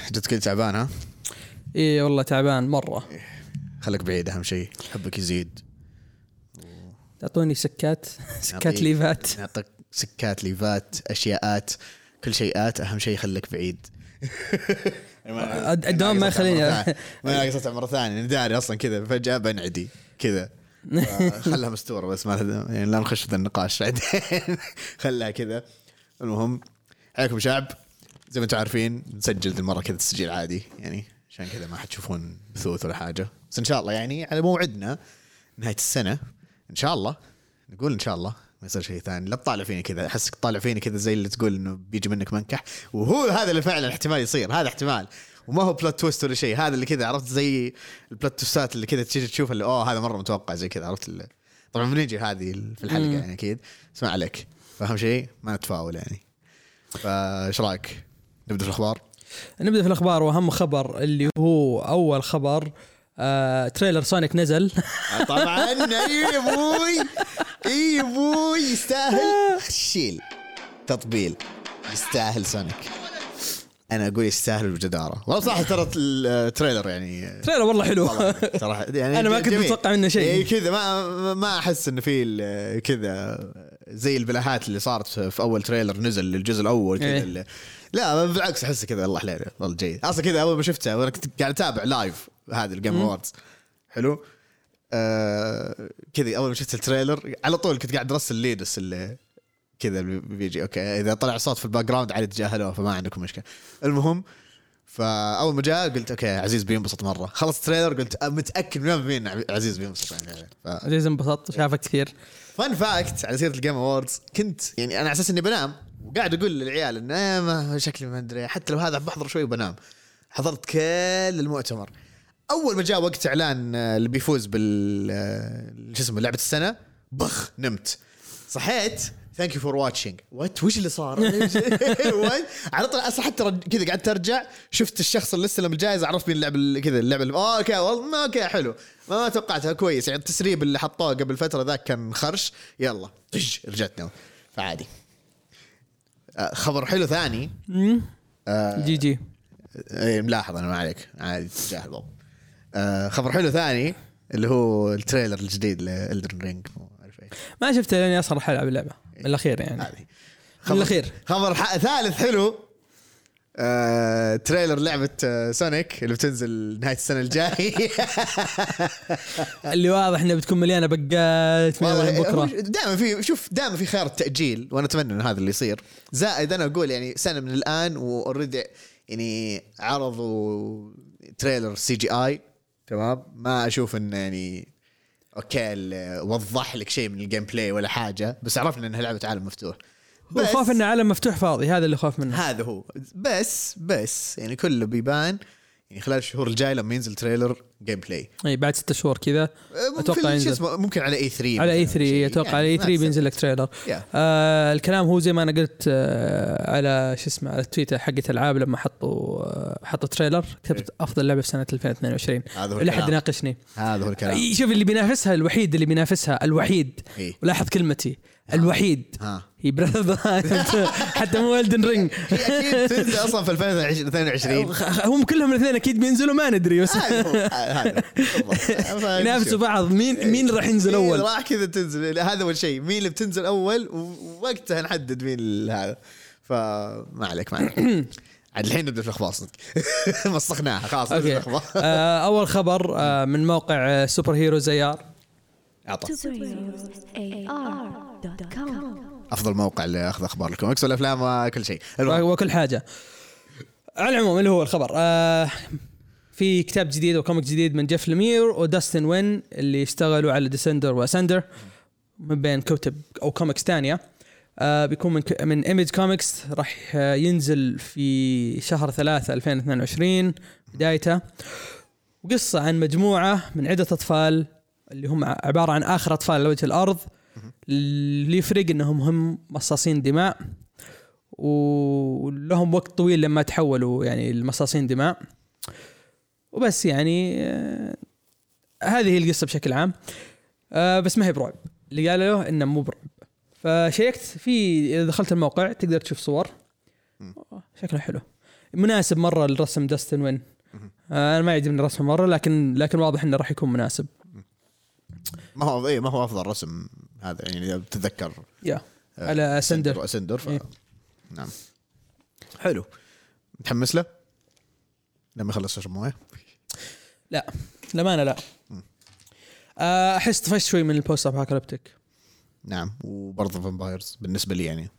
جد كنت تعبان ها؟ ايه والله تعبان مرة. خليك بعيد أهم شيء، حبك يزيد. تعطوني سكات ليفات. نعطيك سكات ليفات أشياءات كل شيئات، أهم شيء خليك بعيد. الدوام ما يخليني ما قصت مرة ثانية داري أصلا كذا فجأة بنعدي كذا. خلها مستورة بس ما يعني لا نخش في النقاش بعدين. خلها كذا. المهم عليكم شعب، زي ما انتم عارفين نسجل المرة كذا تسجيل عادي يعني عشان كذا ما حتشوفون بثوث ولا حاجة، بس إن شاء الله يعني على موعدنا نهاية السنة إن شاء الله. نقول إن شاء الله ما يصير شيء ثاني. لا تطالع فيني كذا، أحسك طالع فيني كذا زي اللي تقول إنه بيجي منك منكح، وهو هذا اللي فعلا احتمال يصير، هذا احتمال وما هو بلوت تويست ولا شيء. هذا اللي كذا عرفت زي البلوت تويستات اللي كذا تيجي تشوف اللي هذا مرة متوقع زي كذا عرفت طبعا بنيجي هذه في الحلقة يعني أكيد اسمع عليك، فأهم شيء ما نتفاول يعني. فايش رايك نبدا في الاخبار؟ نبدا في الاخبار، واهم خبر اللي هو اول خبر تريلر سونيك نزل. طبعا اي بوي يستاهل شيل تطبيل، يستاهل سونيك. انا اقول يستاهل بجداره والله صراحه. ترى التريلر يعني تريلر والله حلو صراحه يعني انا ما كنت متوقع منه شيء. إيه كذا ما احس انه في كذا زي البلاهات اللي صارت في اول تريلر نزل للجزء الاول كذا. إيه؟ لا بالعكس احس كذا الله حليله والله جيد اصلا كذا. اول ما شفته وانا كنت قاعد اتابع لايف هذا الجيم اووردز حلو كذا. اول ما شفت التريلر على طول كنت قاعد ارسل ليدس اللي كذا بيجي اوكي اذا طلع صوت في الباك جراوند عادي تجاهلوه فما عندكم مشكله. المهم فاول ما جاء قلت اوكي عزيز بينبسط مره. خلص التريلر قلت متاكد من عزيز بينبسط يعني. عزيز انبسط شافك كثير. فان فاكت على سيره الجيم اووردز، كنت يعني انا على اساس اني بنام وقاعد اقول للعيال ان ما شكلي ما ادري حتى لو هذا بحضر شوي وبنام. حضرت كل المؤتمر. اول ما جاء وقت اعلان اللي بيفوز بال شو اسمه لعبه السنه بخ نمت. صحيت ثانك يو فور واتشينج وش اللي صار. على طول اصلا حتى كذا قعدت ارجع شفت الشخص اللي استلم الجائزه عرفت مين اللعبه كذا اللعبه اوكي والله اوكي حلو ما توقعتها كويس يعني. التسريب اللي حطوه قبل فتره ذاك كان خرش يلا رجعتنا فعادي. خبر حلو ثاني جي ملاحظ انا ما عليك عادي تجاهل بابا. خبر حلو ثاني اللي هو التريلر الجديد لإلدن رينج. ما شفته لاني اصلا راح العب اللعبه بالاخير يعني. بالاخير خبر ثالث حلو تريلر لعبه سونيك اللي بتنزل نهايه السنه الجايه. اللي واضح انها بتكون مليانه بقات من بكره. دائما في خيار التاجيل وانا اتمنى ان هذا اللي يصير. زائد انا اقول يعني سنه من الان واوريدي يعني عرضوا تريلر CGI تمام. ما اشوف انه يعني اوكي وضح لك شيء من الجيم بلاي ولا حاجه، بس عرفنا انها لعبه عالم مفتوح. خوف انه عالم مفتوح فاضي، هذا اللي خوف منه. هذا هو بس يعني كله بيبان يعني خلال الشهور الجايه لما ينزل تريلر جيم بلاي. اي بعد 6 شهور كذا اتوقع ينزل. ممكن على A3 على A3 اتوقع على A3 بينزل لك تريلر. الكلام هو زي ما انا قلت على شو اسمه على التويتر حقت العاب لما حطوا تريلر كتبت افضل لعبه في سنه 2022 اللي حد ناقشني. هذا هو الكلام. شوف اللي بينافسها الوحيد ولاحظ ولاحظ الوحيد هي براذر حتى مو إلدن رينج. اكيد تنزل اصلا في 2022. هم كلهم الاثنين اكيد بينزلوا ما ندري بس ينافسوا بعض. مين راح ينزل اول؟ راح كذا تنزل هذا اول شيء. مين اللي بتنزل اول ووقتها نحدد مين هذا. فما عليك عاد الحين نبدا في الاخبار صدق. مسخناها خلاص. اول خبر من موقع سوبر هيروز AR. افضل موقع اللي اخذ اخبار الكوميكس والافلام وكل شيء وكل حاجه. على العموم اللي هو الخبر في كتاب جديد وكوميك جديد من جيف ليمير وداستن وين اللي اشتغلوا على ديسندر واسندر من بين كتب او كوميكس تانية. بيكون من ايميج كوميكس. راح ينزل في شهر 3 2022 بدايته. وقصة عن مجموعة من عدة أطفال اللي هم عبارة عن آخر أطفال على وجه الأرض اللي يفرق إنهم هم مصاصين دماء ولهم وقت طويل لما تحولوا يعني المصاصين دماء. وبس يعني هذه هي القصة بشكل عام. بس ما هي برعب. اللي قال له إنه مو برعب. فشيكت في إذا دخلت الموقع تقدر تشوف صور شكله حلو. مناسب مره لرسم داستن وين. انا ما يعجبني الرسم مره، لكن واضح انه راح يكون مناسب. ما هو افضل رسم هذا يعني اذا بتتذكر على اسندر نعم. حلو. متحمس له لما يخلص يشرب مويه؟ لا للامانه لا. احس طفشت شوي من البوست ابوكاليبتيك. نعم. وبرضه فامبايرز بالنسبه لي يعني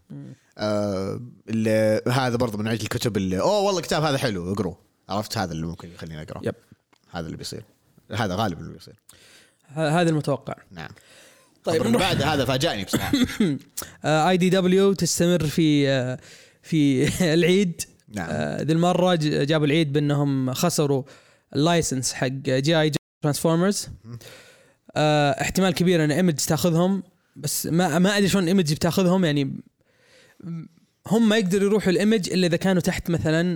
هذا برضه من عيد الكتب اللي والله الكتاب هذا حلو اقروه، عرفت؟ هذا اللي ممكن يخليني اقراه. هذا اللي بيصير، هذا غالبا اللي بيصير، هذا المتوقع. نعم. طيب بعد هذا فاجأني بصراحه. IDW تستمر في العيد. نعم. ذي المره جابوا العيد بانهم خسروا اللايسنس حق GI ترانسفورمرز. احتمال كبير ان ايمج تاخذهم، بس ما ادري شلون ايمج بتاخذهم. يعني هم ما يقدروا يروحوا الايمج الا اذا كانوا تحت مثلا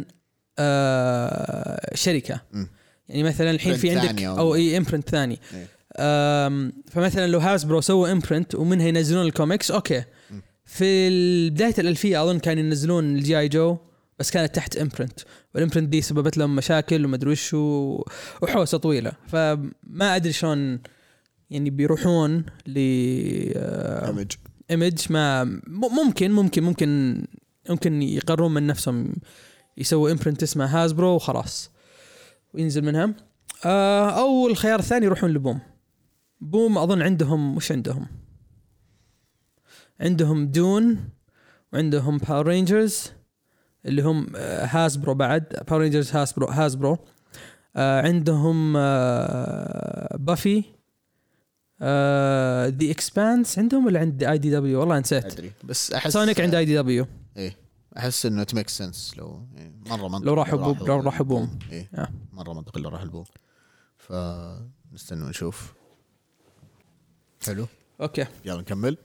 شركه. يعني مثلا الحين في عندك او امبرنت ثاني. فمثلا لو هاسبرو سووا امبرنت ومنها ينزلون الكوميكس اوكي. في بدايه الالفيه اظن كانوا ينزلون الجي اي جو بس كانت تحت امبرنت، والامبرنت دي سببت لهم مشاكل وما ادري وش وحوسه طويله. فما ادري شلون يعني بيروحون ل ايمج. ما ممكن يقررون من نفسهم يسووا امبرنت اسمه هاسبرو وخلاص وينزل منها. او الخيار الثاني يروحون لبوم اظن عندهم وش عندهم دون وعندهم باور رينجرز اللي هم هاسبرو. بعد باور رينجرز هاسبرو عندهم بافي ذا اكسبانس عندهم ولا عند IDW والله نسيت. بس احس سونيك عند IDW. ايه احس انه تميك سنس لو مره منطقي لو راحوا بوم إيه. مره منطقي لو راح البوم، فنستنى ونشوف. حلو اوكي يلا نكمل.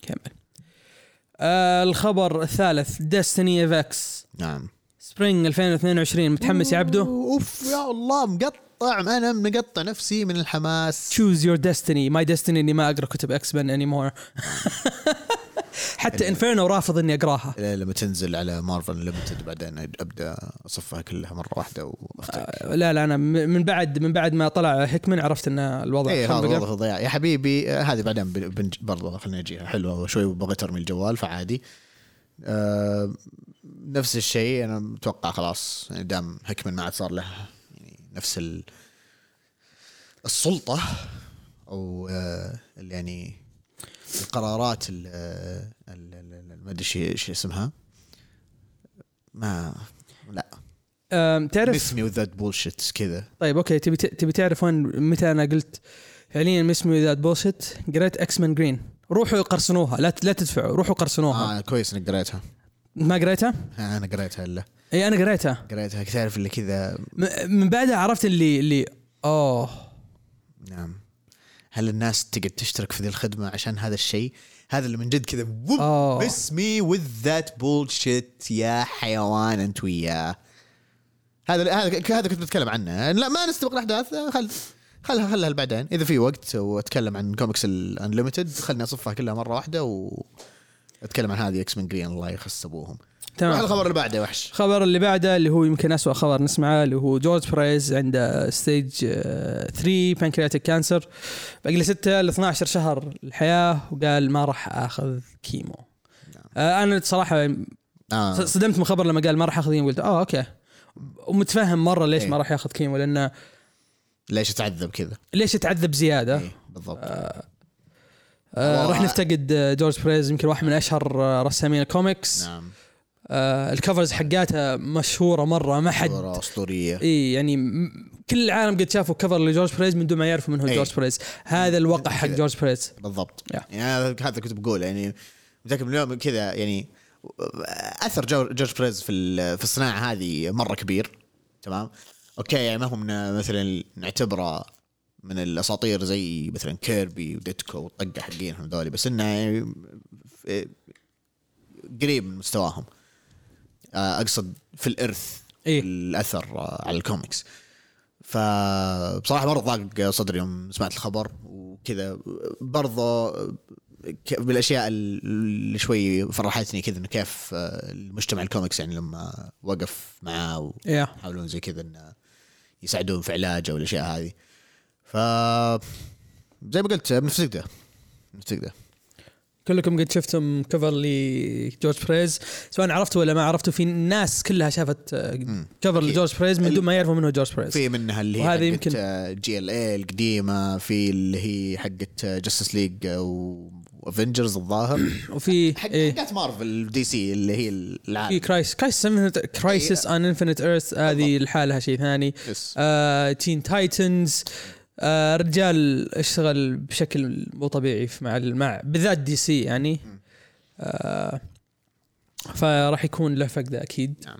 الخبر الثالث ديستني إفكس. نعم. سبرينج 2022. متحمس يا عبدو؟ اوف يا الله مقطع، انا مقطع نفسي من الحماس. choose your destiny. my destiny اني ما اقرا كتب اكس مان anymore. حتى انفيرنو رافض اني اقراها. لما تنزل على مارفل ليمتد بعدين ابدا اصفها كلها مره واحده وافتك. لا انا من بعد ما طلع هيكمان عرفت ان الوضع هذا ضياع يا حبيبي. هذه بعدين برضه خلينا نجيها حلوه شوي، بغيت ارمي الجوال فعادي. نفس الشيء انا متوقع خلاص يعني دام هيكمان ما عاد صار له يعني نفس السلطه او يعني القرارات ما ادري شيء اسمها ما لا تعرف اسمي وذات بولشيت كذا. طيب اوكي تبي تعرف وين متى انا قلت فعليا اسمي وذات بولشيت؟ قريت اكس مان جرين. روحوا قرصنوها، لا تدفعوا، روحوا قرصنوها. كويس انك قريتها. ما قريتها؟ انا قريتها الا اي انا قريتها تعرف اللي كذا من بعدها عرفت اللي نعم. هل الناس تقدر تشترك في ذي الخدمة عشان هذا الشيء؟ هذا اللي من جد كذا باسمي with that bullshit يا حيوان أنت وياه. هذا كنت بتكلم عنه. لا ما نستبق الأحداث، خلها بعدين إذا في وقت وأتكلم عن كوميكس الأنليمتد خلني أصفها كلها مرة واحدة وأتكلم عن هذه إكس مان جرين الله يخص أبوهم. تمام. الخبر اللي بعده وحش. الخبر اللي بعده اللي هو يمكن أسوأ خبر نسمعه اللي هو جورج بريز عنده ستيج 3 بانكرياتيك كانسر، باقي له 6 ل 12 شهر الحياة، وقال ما راح أخذ كيمو. أنا صراحة صدمت من الخبر لما قال ما راح أخذ كيمو، قلت أوكي، ومتفهم مرة ليش ما راح يأخذ كيمو، لأنه ليش يتعذب كذا، ليش يتعذب زيادة. بالضبط. راح نفتقد جورج بريز، يمكن واحد من أشهر رسامين الكوميكس. نعم. الكفرز حقاتها مشهورة مرة، ما حد أسطورية. يعني كل العالم قد شافوا كفر لجورج بريز من دون ما يعرفوا من هو جورج بريز. هذا الوقع حق جورج بريز بالضبط. يعني هذا كنت بقول يعني متأكد من اليوم كذا يعني أثر جورج بريز في الصناعة هذه مرة كبير. تمام أوكي، يعني ما هم مثلا نعتبره من الأساطير زي مثلا كيربي وديتكو والطقة حقينهم ذولي، بس إنه يعني قريب من مستواهم. أقصد في الإرث الأثر على الكوميكس. فبصراحة مرة ضاق صدري يوم سمعت الخبر وكذا. برضو بالاشياء اللي شوي فرحتني كذا انه كيف المجتمع الكوميكس يعني لما وقف معاه وحاولون زي كذا انه يساعدون في علاجه والاشياء هذه. ف زي ما قلت بنفتقده. كلكم قد شفتم كفر لجورج بريز سواء عرفتوا ولا ما عرفتوا. في ناس كلها شافت كفر لجورج بريز من دون ما يعرفوا منه جورج بريز. في منها اللي هي يمكن جي ال اي القديمه، في اللي هي حقت جاستس ليج وافنجرز الظاهر، وفي حقت مارفل دي سي اللي هي العالم. في كرايسيس ان انفينيت ايرث هذه لحالها شيء ثاني. تين تايتنز. رجال اشتغل بشكل مو طبيعي مع بالذات دي سي يعني. فراح يكون له فقده اكيد. نعم.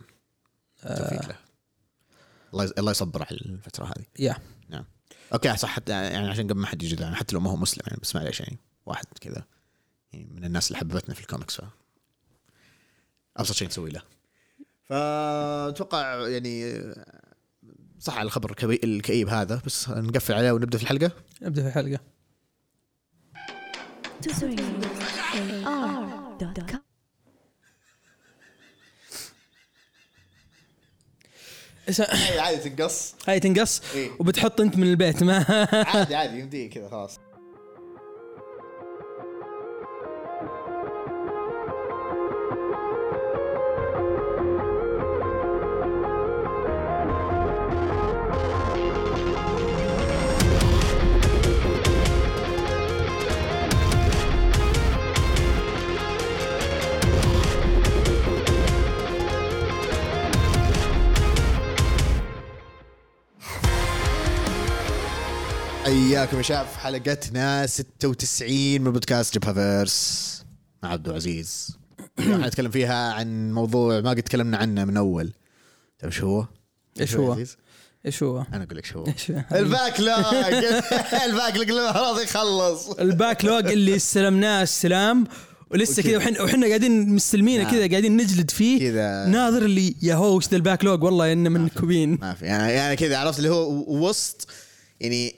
الله يصبر على الفتره هذه. نعم. اوكي صح. يعني عشان قبل ما حد يجي يعني حتى لو ما هو مسلم يعني، بس معليش يعني واحد كذا يعني من الناس اللي حببتنا في الكوميكس، ابسط شيء نسوي له. فاتوقع يعني صح على الخبر الكئيب هذا، بس نقفل عليه ونبدأ في الحلقة. هاي تنقص إيه؟ وبتحط انت من البيت ما عادي يمدي كذا خلاص. حياكم يا شباب في حلقتنا 96 من بودكاست جبهة فيرس مع عبد العزيز. احنا نتكلم فيها عن موضوع ما قد تكلمنا عنه من اول. طيب ايش هو؟ انا اقول لك شو الباكلوج اللي راضي يخلص. الباكلوج اللي استلمناه السلام ولسه كذا وحنا قاعدين مستلمينه كذا قاعدين نجلد فيه كدا. ناظر اللي يا هو وش ذا الباكلوج والله انه من كوبين ما في يعني كذا عرفت اللي هو وسط يعني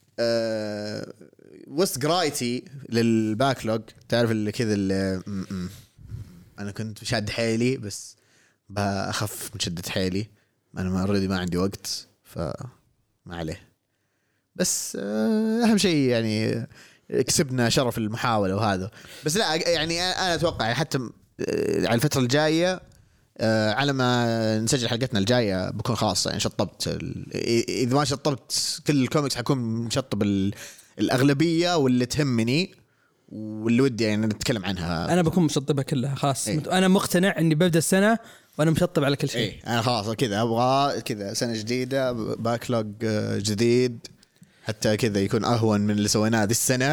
وسط قرايتي للباكلوج تعرف اللي كذا اللي انا كنت شاد حيلي بس بأخف من شدة حيلي. انا ما عندي وقت فما عليه. بس اهم شيء يعني كسبنا شرف المحاولة وهذا. بس لا يعني انا اتوقع حتى على الفترة الجاية على ما نسجل حلقتنا الجاية بكون خلاص يعني شطبت إذا ما شطبت كل الكوميكس حكون مشطب الأغلبية واللي تهمني واللي ودي يعني نتكلم عنها. أنا بكون مشطبها كلها خلاص. أنا مقتنع إني ببدأ السنة وأنا مشطب على كل شيء. أنا خلاص كذا أبغى كذا سنة جديدة باكلوج جديد حتى كذا يكون أهون من اللي سويناه هذه السنة.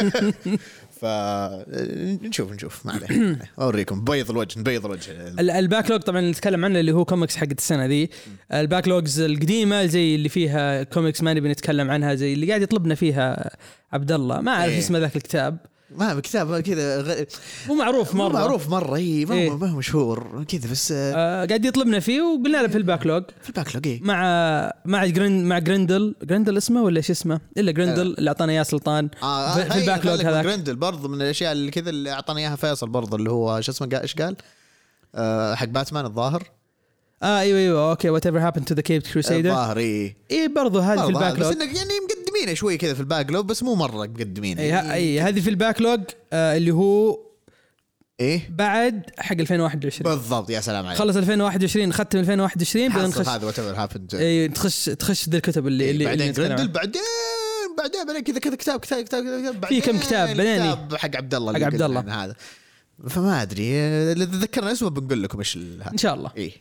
فنشوف ما عليه. أوريكم نبيض الوجه. الباكلوج طبعا نتكلم عنه اللي هو كوميكس حق السنة ذي. الباكلوجز القديمة زي اللي فيها كوميكس ما نبي نتكلم عنها زي اللي قاعد يطلبنا فيها عبد الله ما أعرف اسمه ذاك الكتاب. ما بكتاب كذا مو معروف مرة هي ما هو مشهور كذا بس قاعد يطلبنا فيه وقلنا له في الباكلوج إيه؟ مع جريندل اسمه ولا ايش اسمه الا جريندل اللي اعطانا اياه سلطان في الباكلوج هذا. جريندل برضو من الاشياء اللي كذا اللي اعطانا اياها فيصل برضو اللي هو شو اسمه ايش قال حق باتمان الظاهر. ايوه اوكي whatever happened to the Caped Crusader الظاهر ايه برضو هذه في الباكلوج. بس انك يعني مقدمينه شوي كذا في الباكلوج بس مو مره مقدمين. هذه في الباكلوج اللي هو ايه بعد حق 2021 بالضبط. يا سلام عليك. خلص 2021 ختم 2021 بدنا نخش هذا whatever happened. اي تخش ذي الكتب اللي بعدين جريندل بعدين كذا كتاب في كم كتاب بعدين حق عبد الله هذا. فما ادري اذا تذكرنا اسمه بنقول لكم ايش ان شاء الله. ايه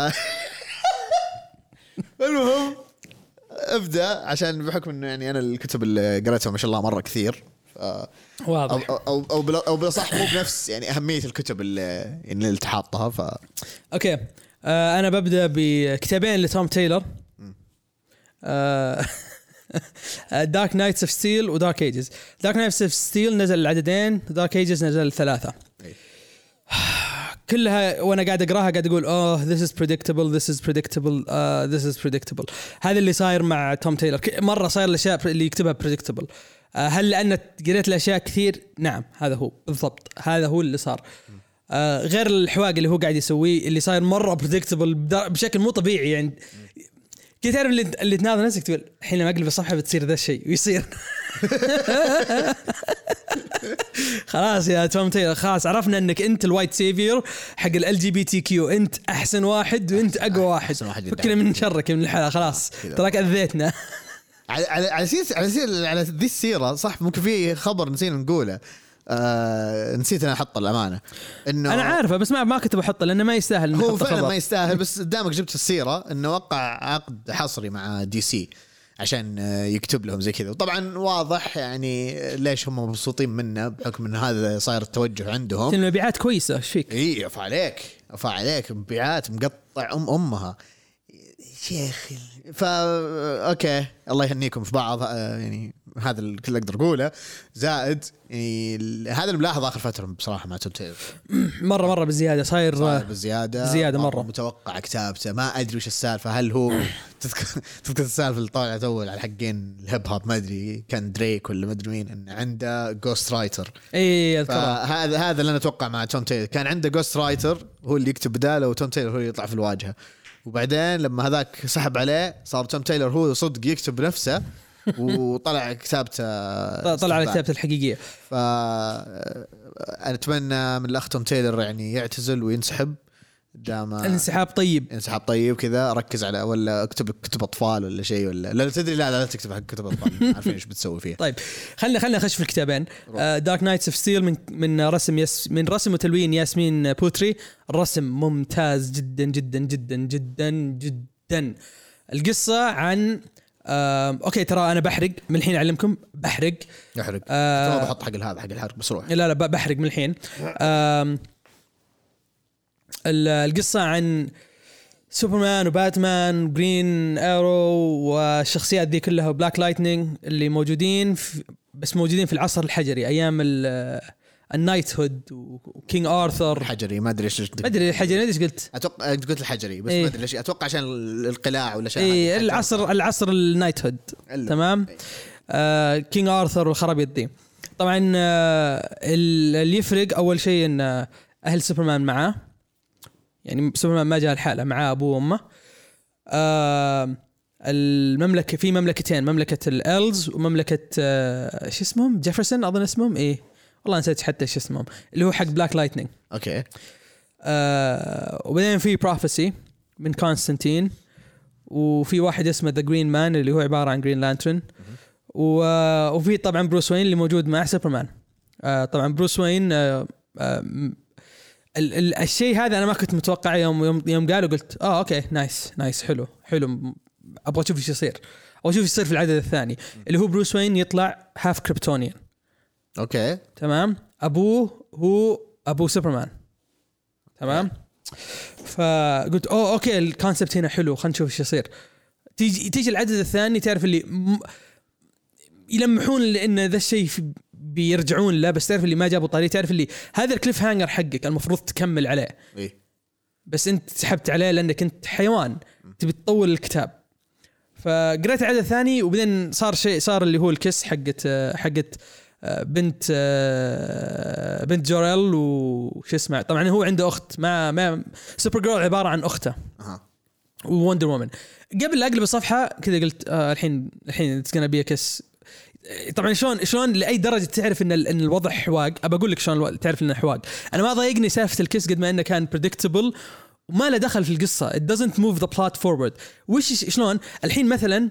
المهم ابدا عشان بحكم انه يعني انا الكتب اللي قريتها ما شاء الله مره كثير واضح او بصح مو بنفس يعني اهميه الكتب اللي حاطها اوكي. انا ببدا بكتابين لتوم تايلر دارك نايتس اوف ستيل ودارك ايجز. دارك نايتس اوف ستيل نزل العددين دارك ايجز نزل 3 كلها وانا قاعد اقراها قاعد اقول this is predictable هذا اللي صاير مع توم تايلر مره صاير الاشياء اللي يكتبها predictable. هل لأن قريت الأشياء كثير؟ نعم هذا هو بالضبط، هذا هو اللي صار. غير الحواق اللي هو قاعد يسويه اللي صاير مرة predictable بشكل مو طبيعي يعني. كي تعرف اللي تناظر نفسك تقول الحين لما أقلب الصفحة بتصير ذا الشيء ويصير. خلاص يا توم تايلر، خلاص عرفنا انك انت الوايت سيفير حق LGBT Q، انت احسن واحد وانت اقوى واحد، فكنا من شرك من الحلقة خلاص تراك اذيتنا. على ذي السيرة صح، ممكن في خبر نسينا نقوله، نسيت أنا أحط الأمانة إنه أنا عارفه بس ما كنت بحطه لأنه ما يستاهل. هو فعلا ما يستاهل، بس دامك جبت السيرة إنه وقع عقد حصري مع DC عشان يكتب لهم زي كذا. وطبعا واضح يعني ليش هم مبسوطين منه، بحكم إن هذا صاير التوجه عندهم. المبيعات كويسة، إيش فيك؟ إيه أفا عليك مبيعات مقطع أمها شيخ. أوكي الله يهنيكم في بعض، يعني هذا اللي أقدر أقوله. زائد يعني هذا الملاحظ آخر فترة بصراحة مع توم تايلر مرة بالزيادة، صاير بالزيادة مرة متوقع كتابته. ما أدري وش السالفة، هل هو تذكر السالفة اللي طلعت أول على حقين الهيب هوب، ما أدري كان دريك ولا ما أدري مين، إن عنده جوست رايتر. إيه هذا اللي أنا أتوقع مع توم تايلر، كان عنده جوست رايتر هو اللي يكتب بداله، وتوم تايلر هو اللي يطلع في الواجهة. وبعدين لما هذاك سحب عليه صار توم تايلر هو صدق يكتب نفسه وطلع كتابته طلع على كتابته الحقيقية. أنا أتمنى من الأخ توم تايلر يعني يعتزل وينسحب. الانسحاب طيب كذا، ركز على ولا اكتب أطفال ولا شيء، ولا لا تدري لا تكتب حق كتب أطفال. عارفين إيش بتسوي فيه. طيب خلنا نخش في الكتابين. دارك نايتس اوف ستيل من رسم وتلوين ياسمين بوتري. الرسم ممتاز جدا جدا جدا جدا جدا. القصة عن اوكي ترى انا بحرق من الحين، اعلمكم بحرق ما بحط حق الحرق بس روح. لا بحرق من الحين. القصة عن سوبرمان وباتمان وجرين ايرو والشخصيات دي كلها وبلاك لايتنينج اللي موجودين في العصر الحجري، ايام النايت هود وكينج آرثر. حجري ما ادري ايش الحجري ايش قلت؟ اتوقع انت قلت الحجري بس ما ادري ليش، اتوقع عشان القلاع ولا شيء. ايه العصر النايت هود تمام. كينج آرثر والخرابيط دي. طبعا اللي يفرق اول شيء ان اهل سوبرمان معاه، يعني سوبرمان ما جاء الحالة، معاه ابوه وامه. المملكة في مملكتين، مملكة الالز ومملكة ايش اسمهم، جيفرسون اظن اسمهم، ايه والله نسيت حتى ايش اسمهم، اللي هو حق بلاك لايتنينج. اوكي. وبعدين في بروفيسي من كونستانتين، وفي واحد اسمه ذا جرين مان اللي هو عبارة عن جرين لانترن، وفي طبعا بروس وين اللي موجود مع سوبرمان. طبعا بروس وين الشيء هذا انا ما كنت متوقع. يوم قالوا قلت اوكي نايس حلو ابغى اشوف ايش يصير، او اشوف ايش يصير في العدد الثاني اللي هو بروس وين يطلع هاف كريبتونيان. اوكي تمام. ابوه هو ابو سوبرمان تمام. فقلت اوكي الكونسبت هنا حلو، خلينا نشوف ايش يصير. تيجي العدد الثاني تعرف اللي يلمحون لان ذا الشيء بيرجعون له، بس تعرف اللي ما جابوا طريقه، تعرف اللي هذا الكليف هانجر حقك المفروض تكمل عليه إيه؟ بس انت سحبت عليه لانك انت حيوان تبي تطول الكتاب. فقرأت العدد الثاني وبعدين صار اللي هو الكس حقت بنت جوريل وش اسمه. طبعا هو عنده اخت ما سوبر جيرل عباره عن اخته ووندر وومن. قبل اقلب الصفحه كذا قلت الحين اتس gonna be a kiss. طبعا شلون لاي درجه تعرف ان الوضع حواق. ابى اقول لك شلون تعرف انه حواق. انا ما ضايقني سالفه الكيس قد ما انه كان predictable وما له دخل في القصه. it doesn't move the plot forward. شلون الحين مثلا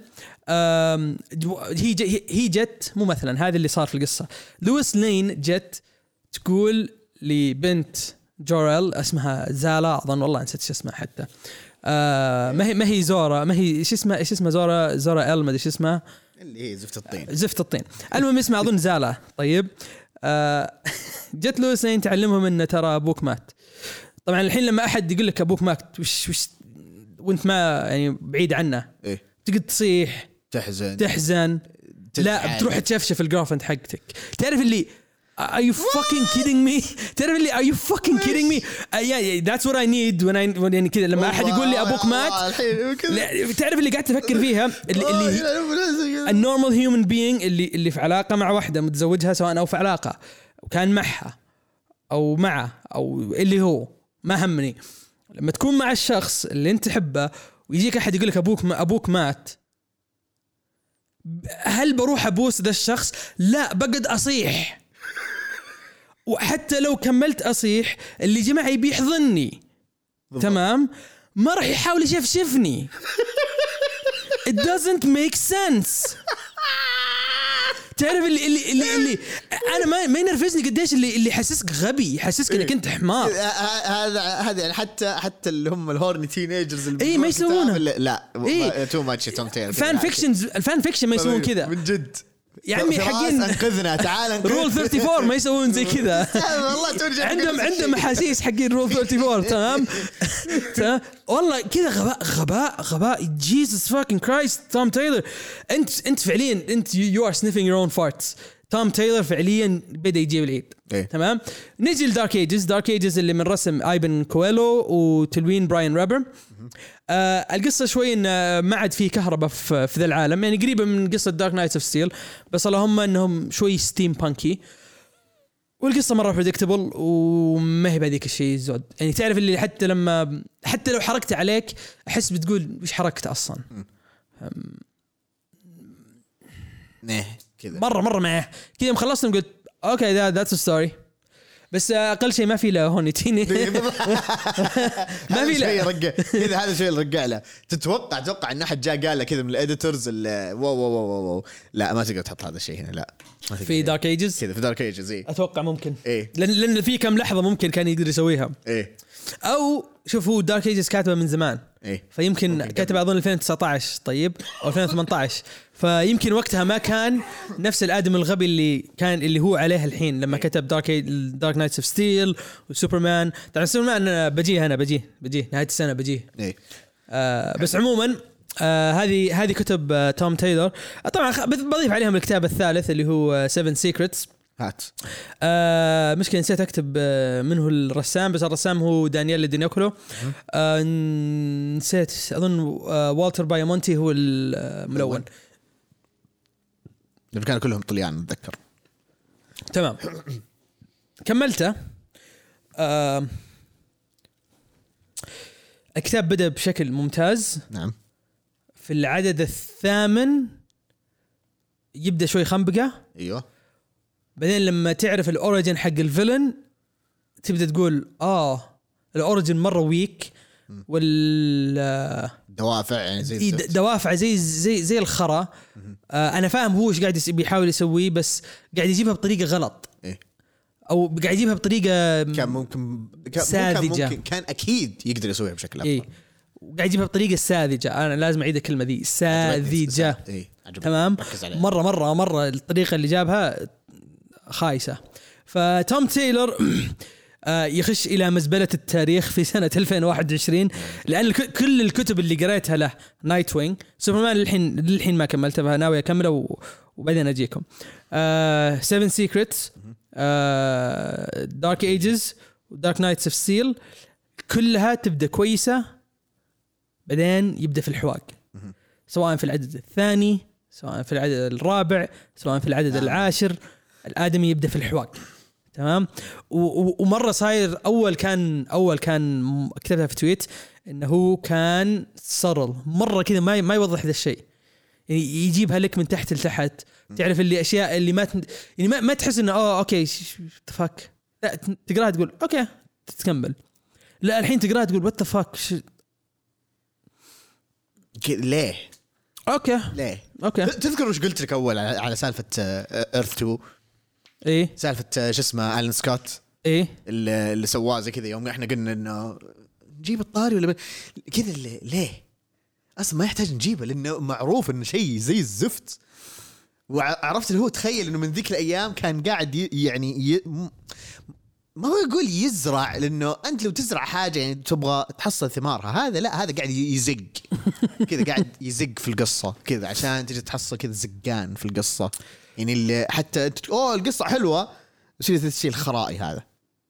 هي جت مو مثلا هذا اللي صار في القصه. لويس لين جت تقول لبنت جوريل اسمها زالا اظن، والله نسيت ايش اسمها حتى. ما هي زورا، ما هي ايش اسمها زورا ال ما ادري ايش اسمها اللي هي زفت الطين. المهم اسمها اظن زالا. طيب جت لويس لين تعلمهم ان ترى ابوك مات. طبعا الحين لما احد يقول لك ابوك مات وش وانت ما يعني بعيد عنه إيه؟ تقعد تصيح تحزن لا بتروح تشفشف الجرافند حقتك. تعرف اللي Are you fucking kidding me? تعرف اللي are you fucking kidding me? Yeah, that's what I need when يعني كذا لما أحد يقول لي أبوك مات. تعرف اللي قاعد تفكر فيها اللي الnormal human being اللي في علاقة مع واحدة متزوجها سواء أو في علاقة وكان معها أو معه أو اللي هو ما همني. لما تكون مع الشخص اللي أنت تحبه ويجيك أحد يقول لك أبوك مات، هل بروح أبوس ذا الشخص؟ لا، بقعد أصيح. وحتى لو كملت أصيح اللي جماعي بيحضني تمام، ما راح يحاول يشفشفني. It doesn't make sense. تعرف اللي انا ما ينرفزني قديش اللي يحسسك غبي، يحسسك انك انت حمار. هذا يعني حتى اللي هم الهورني تينيجرز اللي ما يسوونه. لا تو ماتش توم تيلر. الفان فيكشن ما يسوون كذا من جد يا عمي. حقين انقذنا تعال رول 34 ما يسوون زي كذا. والله ترجع عندهم احاسيس حقين رول 34 تمام. والله كذا غباء جيسس فاكين كرايست. توم تايلر انت فعليا انت يو ار سنيفينج يور اون فارتس. توم تايلر فعليا بدا يجيب العيد. تمام. نجي لدارك ايجز اللي من رسم ايبن كويلو وتلوين براين رابر. القصة شوي إن ما عاد فيه كهرباء في ذا العالم، يعني قريبة من قصة دارك نايتس اوف ستيل، بس اللهم إنهم شوي ستيم بانكي، والقصة مرة بريدكتبل وما هي بهذيك الشيء زود. يعني تعرف اللي حتى لو حركت عليك أحس بتقول وش حركت أصلا. كذا مرة معه كذا مخلصنا قلت أوكي that's a story. بس اقل شيء ما في له هوني تيني. ما في له رجع كذا. هذا شيء اللي رجع له. تتوقع ان احد جاء قال له كذا من الاديتورز واو لا ما تقدر تحط هذا الشيء هنا. لا في دارك ايجز كذا. في دارك ايجز اتوقع ممكن إيه؟ لان في كم لحظه ممكن كان يقدر يسويها. إيه؟ او شوف هو دارك ايجز كاتبه من زمان. إيه؟ فيمكن كاتبه اظن 2019 طيب او 2018. فيمكن وقتها ما كان نفس الادم الغبي اللي هو عليه الحين لما كتب دارك نايتس اوف ستيل وسوبرمان. طبعا سوبرمان بجيه نهايه السنه بجيه. إيه؟ بس عموما هذه كتب توم تايلر. طبعا بضيف عليهم الكتاب الثالث اللي هو 7 Secrets. هات مشكلة نسيت أكتب منه الرسام، بس الرسام هو دانييل دينيوكولو. نسيت أظن والتر بايمونتي هو الملون. كانوا كلهم طليان أتذكر. تمام. كملته. الكتاب بدأ بشكل ممتاز. نعم. في العدد 8 يبدأ شوي خنبقة. أيوه. بعدين لما تعرف الأوريجين حق الفيلن تبدأ تقول الأوريجين مرة ويك دوافع يعني زي دوافع زي الخرا. أنا فاهم هو إيش قاعد بيحاول يسويه، بس قاعد يجيبها بطريقة غلط. إيه؟ أو قاعد يجيبها بطريقة كان ممكن ساذجة. كان أكيد يقدر يسويها بشكل أفضل. إيه؟ قاعد يجيبها بطريقة ساذجة. أنا لازم أعيد الكلمة دي، ساذجة. إيه؟ تمام. مرة الطريقة اللي جابها خايسة. فتوم تايلر يخش إلى مزبلة التاريخ في سنة 2021 لأن كل الكتب اللي قريتها له نايت وينج سوبرمان للحين ما كملتها، فناوي أكمله وبعدين أجيكم. 7 Secrets، Dark Ages، Dark Knights of Steel، كلها تبدأ كويسة بعدين يبدأ في الحواق، سواء في العدد الثاني، سواء في العدد الرابع، سواء في العدد العاشر. الآدمي يبدأ في الحواق. تمام. ومرة صاير أول كان كتبتها في تويت إنه هو كان صرل مرة كذا ما يوضح هذا الشيء، يعني يجيبها لك من تحت لتحت. تعرف اللي أشياء اللي ما تحس إنه أوكي تفك، لا تقراها تقول أوكي تكمل. لا الحين تقراها تقول what the fuck ليه؟ أوكي تذكر وش قلت لك أول على سالفة إيرث 2؟ إيه سالفة شو اسمه ألان سكوت. إيه اللي سواه زي كذا يوم إحنا قلنا إنه نجيب الطاري ولا كذا. ليه أصلا ما يحتاج نجيبه لأنه معروف إنه شيء زي الزفت. وعرفت اللي هو تخيل إنه من ذيك الأيام كان قاعد ما هو يقول يزرع، لأنه أنت لو تزرع حاجة يعني تبغى تحصل ثمارها. هذا لا، هذا قاعد يزق كذا، قاعد يزق في القصة كذا عشان تجي تحصل كذا زقان في القصة. يعني اللي حتى القصة حلوة يصير الشيء الخرائي هذا.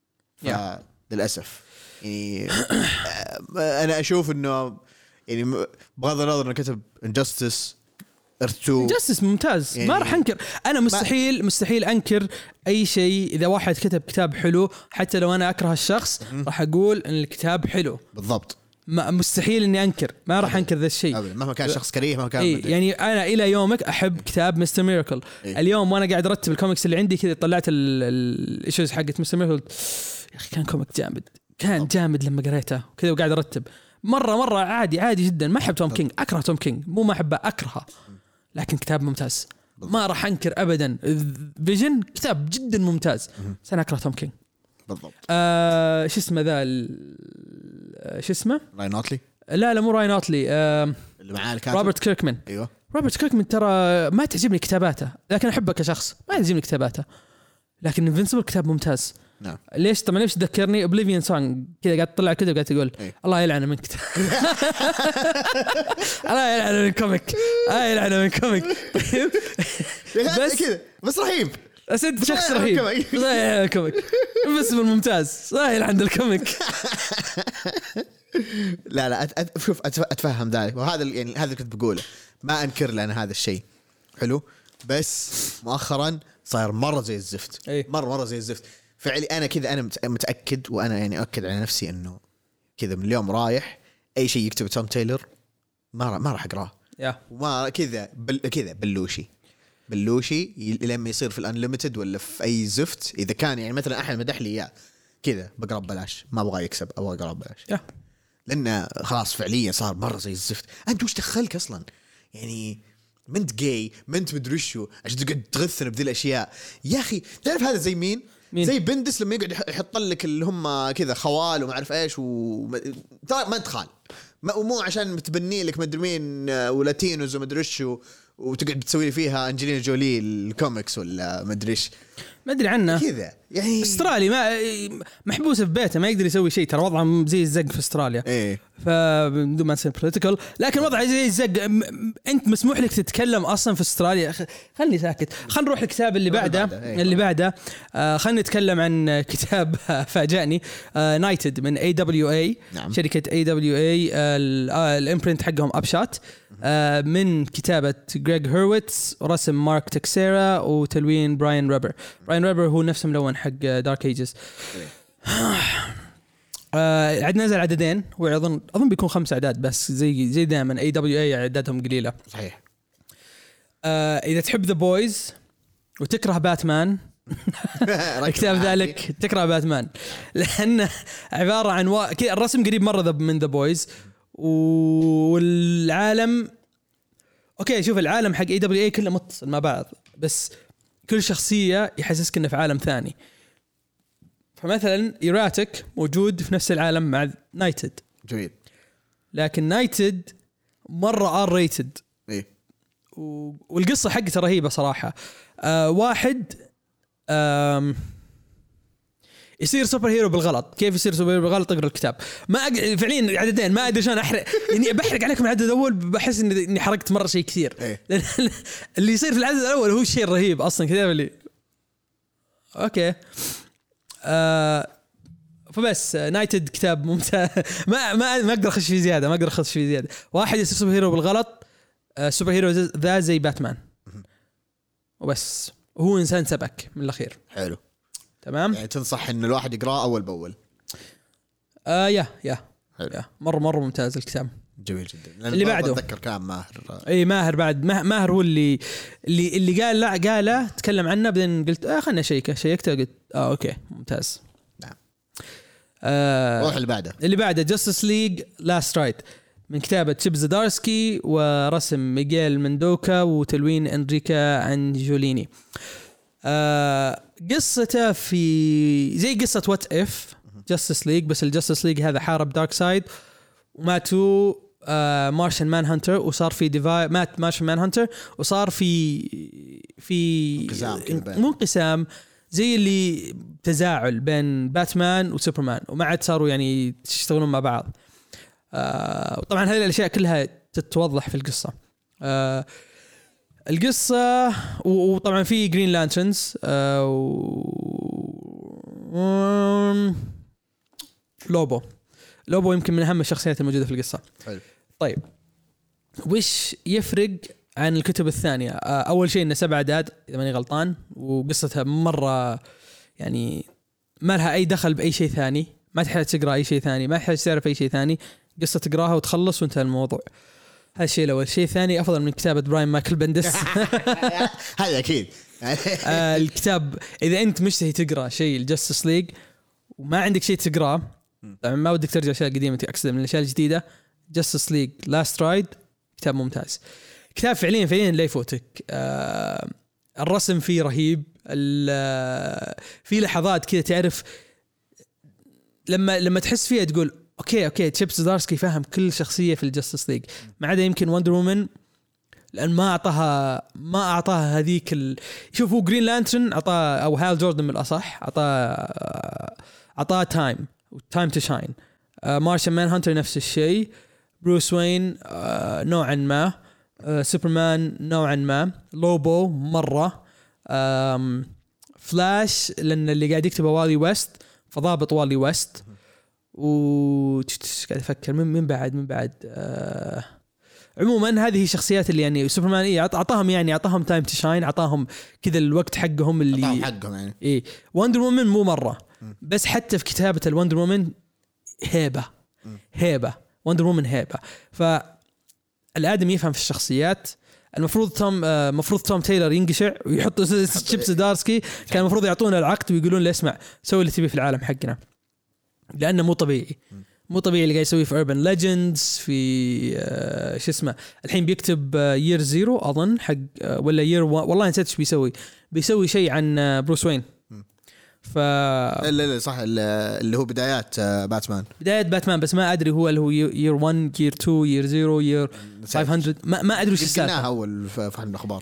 للاسف يعني انا اشوف انه يعني بغض النظر انه كتب انجستس جاستس ممتاز يعني ما راح انكر انا مستحيل انكر اي شيء اذا واحد كتب كتاب حلو حتى لو انا اكره الشخص راح اقول ان الكتاب حلو بالضبط. ما مستحيل اني انكر ما راح انكر ذا الشيء مهما كان شخص كريه مهما كان يعني انا الى يومك احب كتاب مستر ميراكل. اليوم وانا قاعد ارتب الكوميكس اللي عندي كذا طلعت الايشوز حقت مستر ميراكل يا اخي كان كوميك جامد كان جامد لما قريته كذا وقاعد ارتب مرة عادي جدا. ما احب توم كينج اكره توم كينج مو ما احبه اكرهه لكن كتاب ممتاز ما راح انكر ابدا. فيجن كتاب جدا ممتاز بس انا اكره توم كينج بالضبط. شو اسمه ذا شو اسمه راين نوتلي لا مو راين نوتلي اللي معاه الكاتب روبرت كيركمان. ايوه روبرت كيركمان ترى ما تعجبني كتاباته لكن احبه كشخص ما تعجبني كتاباته لكن انفنسبل كتاب ممتاز. نعم. ليش طبعا ليش تذكرني اوبليفيون سونج كذا قاعد تطلع كذا وقاعد تقول الله يلعنه من كتاب الله يلعنه من كوميك يلعنه من كوميك بس كذا بس رهيب أسد شخص رهيب صحيح كوميك بس بالممتاز صحيح عند الكوميك لا شوف اتفهم ذلك وهذا يعني هذا كنت بقوله ما انكر لنا هذا الشيء حلو بس مؤخرا صار مره زي الزفت مره زي الزفت فعلي. انا كذا انا متاكد وانا يعني اؤكد على نفسي انه كذا من اليوم رايح اي شيء يكتب توم تايلر ما راح اقراه وما كذا بلوشي لما يصير في الانليمتد ولا في اي زفت اذا كان يعني مثلا احد مدح لي اياه كذا بقرا ببلاش ما ابغى يكسب ابغى اقرا ببلاش لانه خلاص فعليا صار مره زي الزفت. انت وش دخلك اصلا يعني منت جاي منت مدري شو عشان تقعد تغثنا بذي الاشياء يا اخي. تعرف هذا زي مين؟ زي بندس لما يقعد يحط لك اللي هم كذا خوال وما اعرف ايش ما انت خال مو عشان متبني لك مدري مين ولاتينوز وما ادري ايش وتقعد بتسوي لي فيها انجلينا جولي الكوميكس ولا ما ادري ايش ما ادري عنه كذا يعني استرالي ما محبوس في بيته ما يقدر يسوي شيء ترى وضعه زي الزق في استراليا فبدون ما نصير بوليتيكال لكن وضعه زي الزق. انت مسموح لك تتكلم اصلا في استراليا. خلني ساكت خلينا نروح الكتاب اللي بعده خلينا نتكلم عن كتاب فاجأني نايتد من AWA نعم. شركة AWA الامبرنت حقهم أبشات من كتابة غريغ هيرويتس ورسم مارك تكسيرا وتلوين براين ريبر هو نفسه ملون حق دارك ايجز. عاد نزل عددين واظن بيكون 5 اعداد بس زي دائما AWA اعدادهم قليله صحيح. اذا تحب ذا بويز وتكره باتمان اكتب ذلك تكره باتمان لانه عباره عن الرسم قريب مره من ذا بويز والعالم اوكي شوف العالم حق AWA كله متصل مع بعض بس كل شخصيه يحسسك انه في عالم ثاني. فمثلا إيراتك موجود في نفس العالم مع نايتد جميل لكن نايتد مرة R rated والقصة حقتها رهيبة صراحة. واحد يصير سوبر هيرو بالغلط. كيف يصير سوبر هيرو بالغلط؟ اقرا الكتاب. ما فعليا عددين ما ادري شلون احرق يعني بحرق عليكم العدد الاول بحس اني حرقت مرة شيء كثير اللي يصير في العدد الاول هو الشيء الرهيب اصلا كذا اللي اوكي فبس نايتد كتاب ممتاز ما اقدر اخش فيه زياده. واحد يصير سوبر هيرو بالغلط سوبر هيرو ذا زي باتمان وبس هو انسان سبك من الاخير. حلو تمام يعني تنصح ان الواحد يقراه اول باول. يا مره ممتاز الكتاب جميل جدا. اللي بعده اتذكر كان ماهر ماهر بعد ماهر هو اللي قال لا قاله تكلم عنه بعدين قلت خلنا شيكته قلت اوكي ممتاز. نعم روح اللي بعده جاستس ليج لاست رايت من كتابة تشيب زدارسكي ورسم ميغيل مندوكا وتلوين انريكا انجوليني. قصته في زي قصة وات اف جاستس ليج بس الجاستس ليج هذا حارب دارك سايد وماتوا مارشن مان هانتر وصار في مات مارشن مان هانتر وصار في انقسام زي اللي تزاعل بين باتمان وسوبرمان وما عاد صاروا يعني يشتغلون مع بعض. وطبعا هذه الاشياء كلها تتوضح في القصة. القصة وطبعا في جرين لانترنز لوبو يمكن من أهم الشخصيات الموجودة في القصة. حلو. طيب وش يفرق عن الكتب الثانية؟ أول شيء إنه 7 أعداد إذا ماني غلطان، وقصتها مرة يعني ما لها أي دخل بأي شيء ثاني، ما تحتاج تقرأ أي شيء ثاني، ما تحتاج تعرف أي شيء ثاني، قصة تقراها وتخلص وانتهى الموضوع. هذا الشيء الأول. الشيء الثاني أفضل من كتابة براين مايكل بندس. هذا أكيد. الكتاب إذا أنت مشتهي تقرأ شيء الجاستس ليج وما عندك شيء تقرأه، طبعا ما ودك ترجع أشياء قديمة، أقصد من الأشياء الجديدة، جاستس ليج لاست رايد كتاب ممتاز، كتاب فعليا لا يفوتك. الرسم فيه رهيب، في لحظات كذا تعرف لما تحس فيها تقول اوكي تشيب زدارسكي فاهم كل شخصيه في الجاستس ليج، ما عدا يمكن وندر وومن لان ما اعطاها هذيك شوف هو جرين لانترن اعطاه، او هال جوردن من الاصح اعطاه تايم تو شاين. مارشال مان هانتر نفس الشيء، بروس وين نوعا ما، سوبرمان نوعا ما، لوبو مره، فلاش لان اللي قاعد يكتبه والي ويست فضابط والي ويست. قاعد افكر من بعد عموما هذه الشخصيات اللي يعني سوبرمان اعطاهم تايم تو شاين، اعطاهم كذا الوقت حقهم اللي اعطاهم حقهم يعني. ايه وندر وومن مو مره، بس حتى في كتابه الوندر وومن هيبه وندر وومن هيبه. فالادم يفهم في الشخصيات. المفروض توم تايلر ينقشع ويحط تشيب زدارسكي، كان المفروض يعطونا العقد ويقولون له اسمع سوي اللي تبيه في العالم حقنا، لأنه مو طبيعي اللي قاعد يسويه في Urban Legends، في شو اسمه الحين بيكتب Year Zero أظن حق ولا Year One، والله نسيت إيش بيسوي شيء عن بروس وين. لا صح، اللي هو بدايات باتمان، بس ما أدري هو اللي هو Year 1 Year 2 Year 0 Year 500 ما أدري وش السالفة. قلناها أول في الأخبار.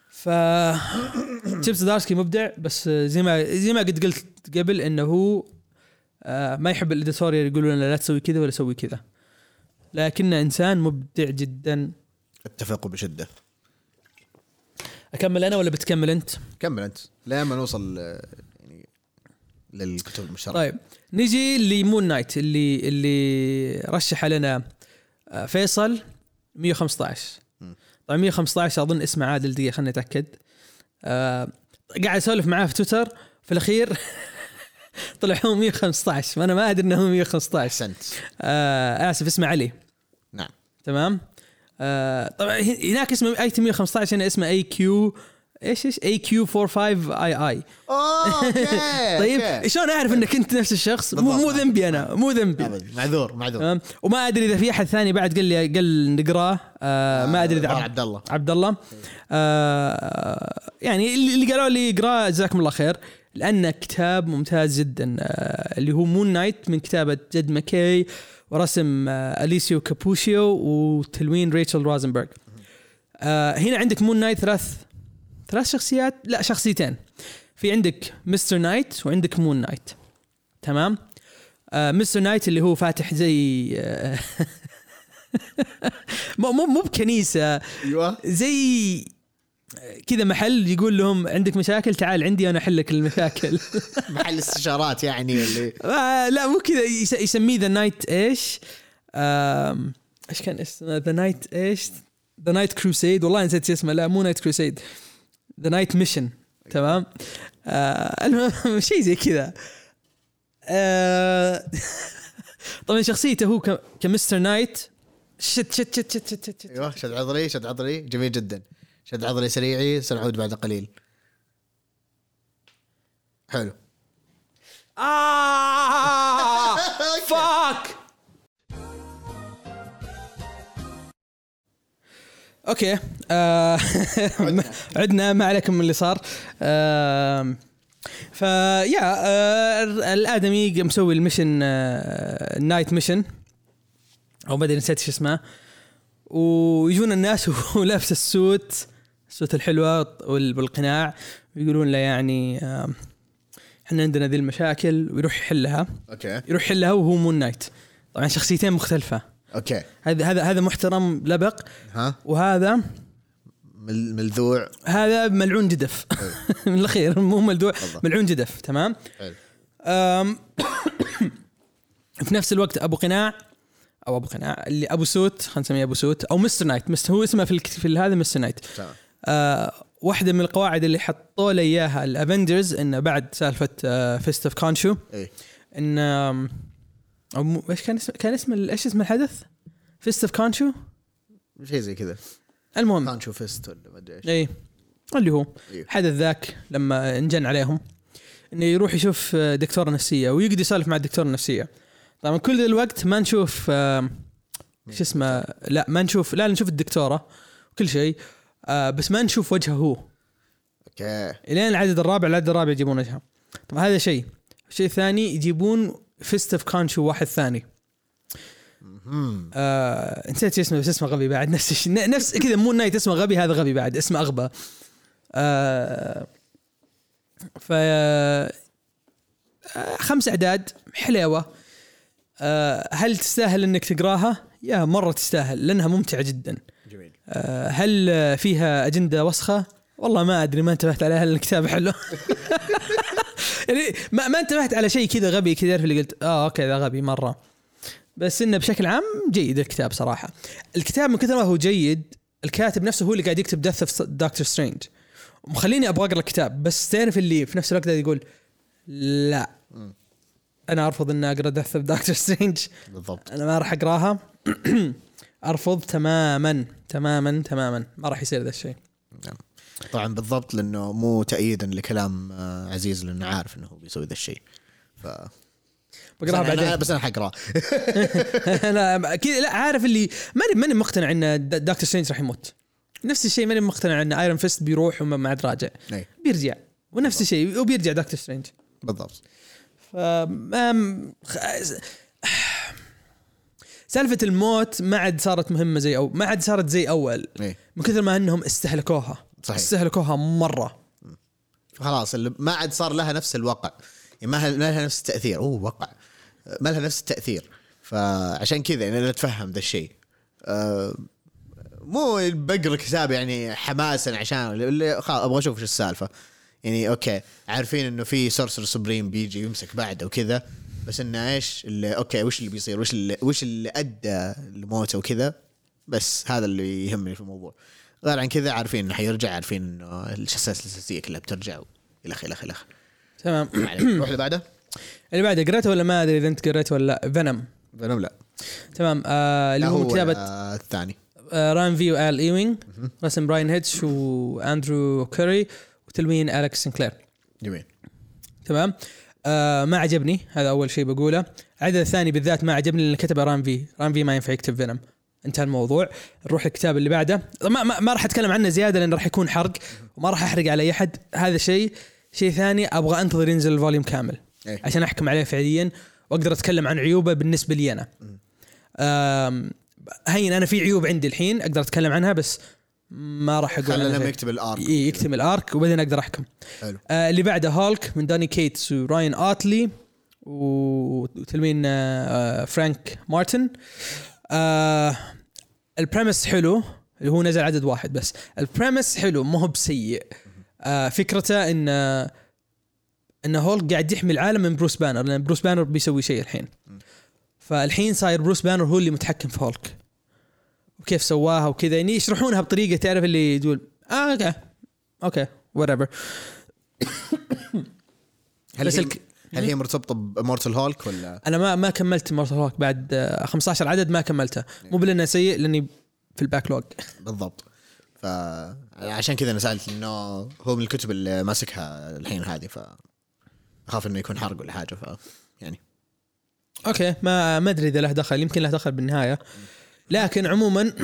تشيب زدارسكي مبدع، بس زي ما قد قلت قبل إنه هو ما يحب الإديتوريال يقولون لا تسوي كذا ولا سوي كذا، لكنه إنسان مبدع جدا. اتفق بشدة. أكمل أنا ولا بتكمل أنت؟ كمل أنت لما نوصل يعني للكتب المشتركة. طيب نيجي لمون نايت اللي رشح لنا فيصل 115. طبعا 115 أظن اسمه عادل، دقيقة خلني أتأكد. قاعد أسولف معاه في تويتر في الأخير طلع هو 115 وانا ما ادري انه هو 115. احسنت. اسف اسمه علي. نعم تمام. طبعا هناك اسمه اي 115 هنا اسمه اي كيو ايش اي كيو 45 اي. طيب شلون اعرف انك انت نفس الشخص؟ مو ذنبي انا، مو ذنبي، معذور. وما ادري اذا في احد ثاني بعد قال نقراه. ما ادري اذا عبد الله يعني اللي قالوا لي اقراه جزاكم الله خير، لأنه كتاب ممتاز جدا. اللي هو مون نايت من كتابة جد ماكي ورسم أليسيو كابوشيو وتلوين ريتشل روزنبرغ. هنا عندك مون نايت ثلاث شخصيات، لا شخصيتين. في عندك مستر نايت وعندك مون نايت. تمام. مستر نايت اللي هو فاتح زي مو بكنيسة، زي كذا محل يقول لهم عندك مشاكل تعال عندي انا احل لك المشاكل. محل استشارات يعني اللي لا مو كذا، يسميه ذا نايت ايش كان اسمه؟ ذا نايت ايش؟ ذا نايت كروسيد، والله نسيت اسمه. لا مو نايت كروسيد، ذا نايت ميشن. تمام. المهم شيء زي كذا. طبعا شخصيته هو كمستر نايت شت ايوه شد عضلي جميل جدا. شد عضلي سريعي، سنعود بعد قليل. حلو. فاك. اوكي. عدنا ما عليكم من اللي صار. الآدمي مسوي الميشن، النايت ميشن او ما ادري نسيت ايش اسمه، ويجون الناس ولابس السوت الحلوة والقناع، ويقولون له يعني احنا عندنا ذي المشاكل، ويروح يحلها. اوكي. يروح يحلها وهو مون نايت. طبعا شخصيتين مختلفة. اوكي. هذا محترم لبق. وهذا ملذوع، هذا ملعون جدف. من الأخير مو ملذوع، ملعون جدف. تمام. في نفس الوقت ابو قناع اللي ابو سوت، خلينا نسميه ابو سوت او مستر نايت، هو اسمه في هذا مستر نايت. واحدة من القواعد اللي حطوا لي اياها الافنجرز انه بعد سالفه فيست اوف كانشو ان ايش كان اسم ايش اسم الحدث؟ فيست اوف كانشو شيء زي كذا. المهم كانشو فيست ولا ما ادري ايش. اي اللي هو حدث ذاك لما انجن عليهم انه يروح يشوف دكتورة نفسية ويقدر يسولف مع الدكتورة النفسية. طبعا كل الوقت ما نشوف شو اسمه، لا ما نشوف، لا نشوف الدكتورة وكل شيء بس ما نشوف وجهه هو. اوكي. الين العدد الرابع يجيبون وجهه. طبعا هذا شيء ثاني يجيبون فيست اوف كانشو واحد ثاني. نسيت اسمه بس اسمه غبي بعد، نفس كذا. مو نايت اسمه غبي، هذا غبي بعد اسمه أغبى. ف 5 أعداد حلوة. هل تستاهل انك تقراها؟ يا مرة تستاهل لانها ممتعة جدا. جميل. هل فيها أجندة وسخة؟ والله ما ادري، ما انتبهت عليها. الكتاب حلو. يعني ما انتبهت على شيء كذا غبي كذا اللي قلت اوكي ذا غبي مرة. بس انه بشكل عام جيد الكتاب صراحة. الكتاب من كثر ما هو جيد، الكاتب نفسه هو اللي قاعد يكتب ديث اوف دكتور سترينج، ومخليني ابغى اقرا الكتاب. بس تعرف اللي في نفس الوقت يقول لا انا ارفض ان اقرا ديث اوف دكتور سترينج. بالضبط. انا ما راح اقراها. ارفض تماما ما راح يصير ذا الشيء. طبعا بالضبط، لانه مو تأييدا لكلام عزيز، لانه عارف انه هو بيسوي ذا الشيء. بقراها بعدين. بس انا حقراه. لا كذا، لا عارف اللي ماني مقتنع ان دكتور سترينج راح يموت. نفس الشيء ماني مقتنع ان ايرون فيست بيروح وما عاد راجع. بيرجع، ونفس الشيء وبيرجع دكتور سترينج. بالضبط. سالفة الموت ما عاد صارت مهمة زي أو ما عاد صارت زي أول. من كثر ما أنهم استهلكوها. صحيح. استهلكوها مرة. خلاص اللي ما عاد صار لها نفس الوقع، يعني ما لها نفس التأثير. وقع ما لها نفس التأثير. فعشان كذا أنا أتفهم ذا الشيء. مو بقرا كتاب يعني حماسا عشان اللي أبغى أشوف إيش السالفة. يعني أوكي عارفين إنه في سورسر سوبريم بيجي يمسك بعده وكذا، بس إنه إيش اللي أوكي وش اللي بيصير، وش اللي أدى لموته وكذا. بس هذا اللي يهمني في الموضوع. غير عن كذا عارفين إنه حيرجع، عارفين إنه الشخصيات الأساسية كلها بترجع إلى آخره. تمام. نروح اللي بعده قريته ولا ما أدري إذا أنت قريته ولا لا. فينوم لا. تمام. اللي هو كتابة الثاني ران في وآل إيوينغ، رسم براين هيتش وأندرو كوري، وتلوين أليكس سنكلير. جميل. تمام. ما عجبني، هذا أول شيء بقوله. العدد الثاني بالذات ما عجبني لأن كتب ران في ما ينفع يكتب فينوم. انتهى الموضوع. نروح الكتاب اللي بعده. ما راح أتكلم عنه زيادة لأن راح يكون حرق، وما راح أحرق على أي أحد. هذا شيء ثاني أبغى أنتظر ينزل الفوليوم كامل عشان أحكم عليه فعليا وأقدر أتكلم عن عيوبه بالنسبة لي أنا. هين أنا في عيوب عندي الحين أقدر أتكلم عنها، بس ما راح أقول. خلنا لما يكتب الارك. يكتب الارك وبعدين أقدر أحكم. اللي بعده هالك من داني كيتس وراين آتلي وتلوين فرانك مارتن. البريمس حلو، اللي هو نزل عدد 1 بس. البريمس حلو، ما هو بسيء. فكرته إن هولك قاعد يحمي العالم من بروس بانر، لأن بروس بانر بيسوي شيء الحين. فالحين صاير بروس بانر هو اللي متحكم في هولك وكيف سواها وكذا. يعني يشرحونها بطريقة تعرف اللي يقول اوكي whatever. هل هي مرتبطة بمورتال هولك ولا؟ انا ما كملت مورتال هولك بعد 15 عدد ما كملته. مو بلانه سيء، لاني في الباكلوج. بالضبط. فعشان كذا انا سألت انه هو من الكتب اللي ماسكها الحين هذه، فأخاف انه يكون حرق ولا حاجة. يعني اوكي ما ادري اذا له دخل، يمكن له دخل بالنهاية. لكن عموما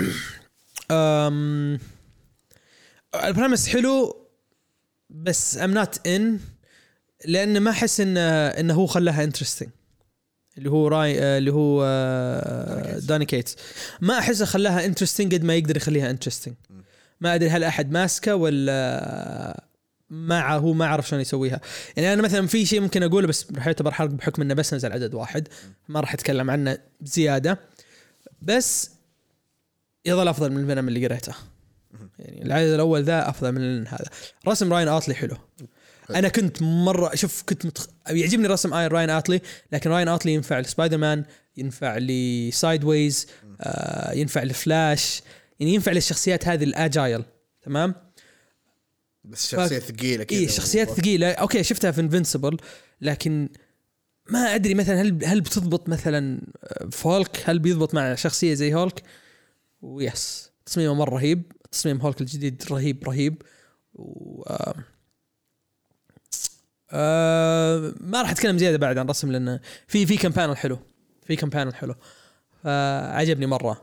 البريمس حلو، بس I'm not in، لأن ما أحس إنه هو خلاها interesting. اللي هو داني كيتس ما أحسه خلاها interesting قد ما يقدر يخليها interesting. ما أدري هل أحد ماسكه ولا هو ما أعرف شلون يسويها. يعني أنا مثلا في شيء ممكن أقوله بس راح يعتبر حرق بحكم إنه بس نزل عدد 1، ما راح أتكلم عنه زيادة. بس يظل أفضل من الفينوم اللي قريته. يعني العدد الأول ذا أفضل من هذا. رسم راين آتلي حلو. انا كنت مره شوف يعجبني رسم راين آتلي، لكن راين آتلي ينفع لسبايدر مان، ينفع لي سايد ويز، ينفع لفلاش، يعني ينفع للشخصيات هذه الاجايل. تمام، بس شخصية ثقيلة كذا. إيه شخصيات ثقيلة. أوكي شفتها في انفنسبل، لكن ما أدري مثلا هل بتضبط مثلا في هولك، هل بيضبط مع شخصية زي هولك؟ ويس تصميمه مرة رهيب، تصميم هولك الجديد رهيب و ما راح أتكلم زيادة بعد عن رسم، لأن في كامبانل حلو، عجبني مرة.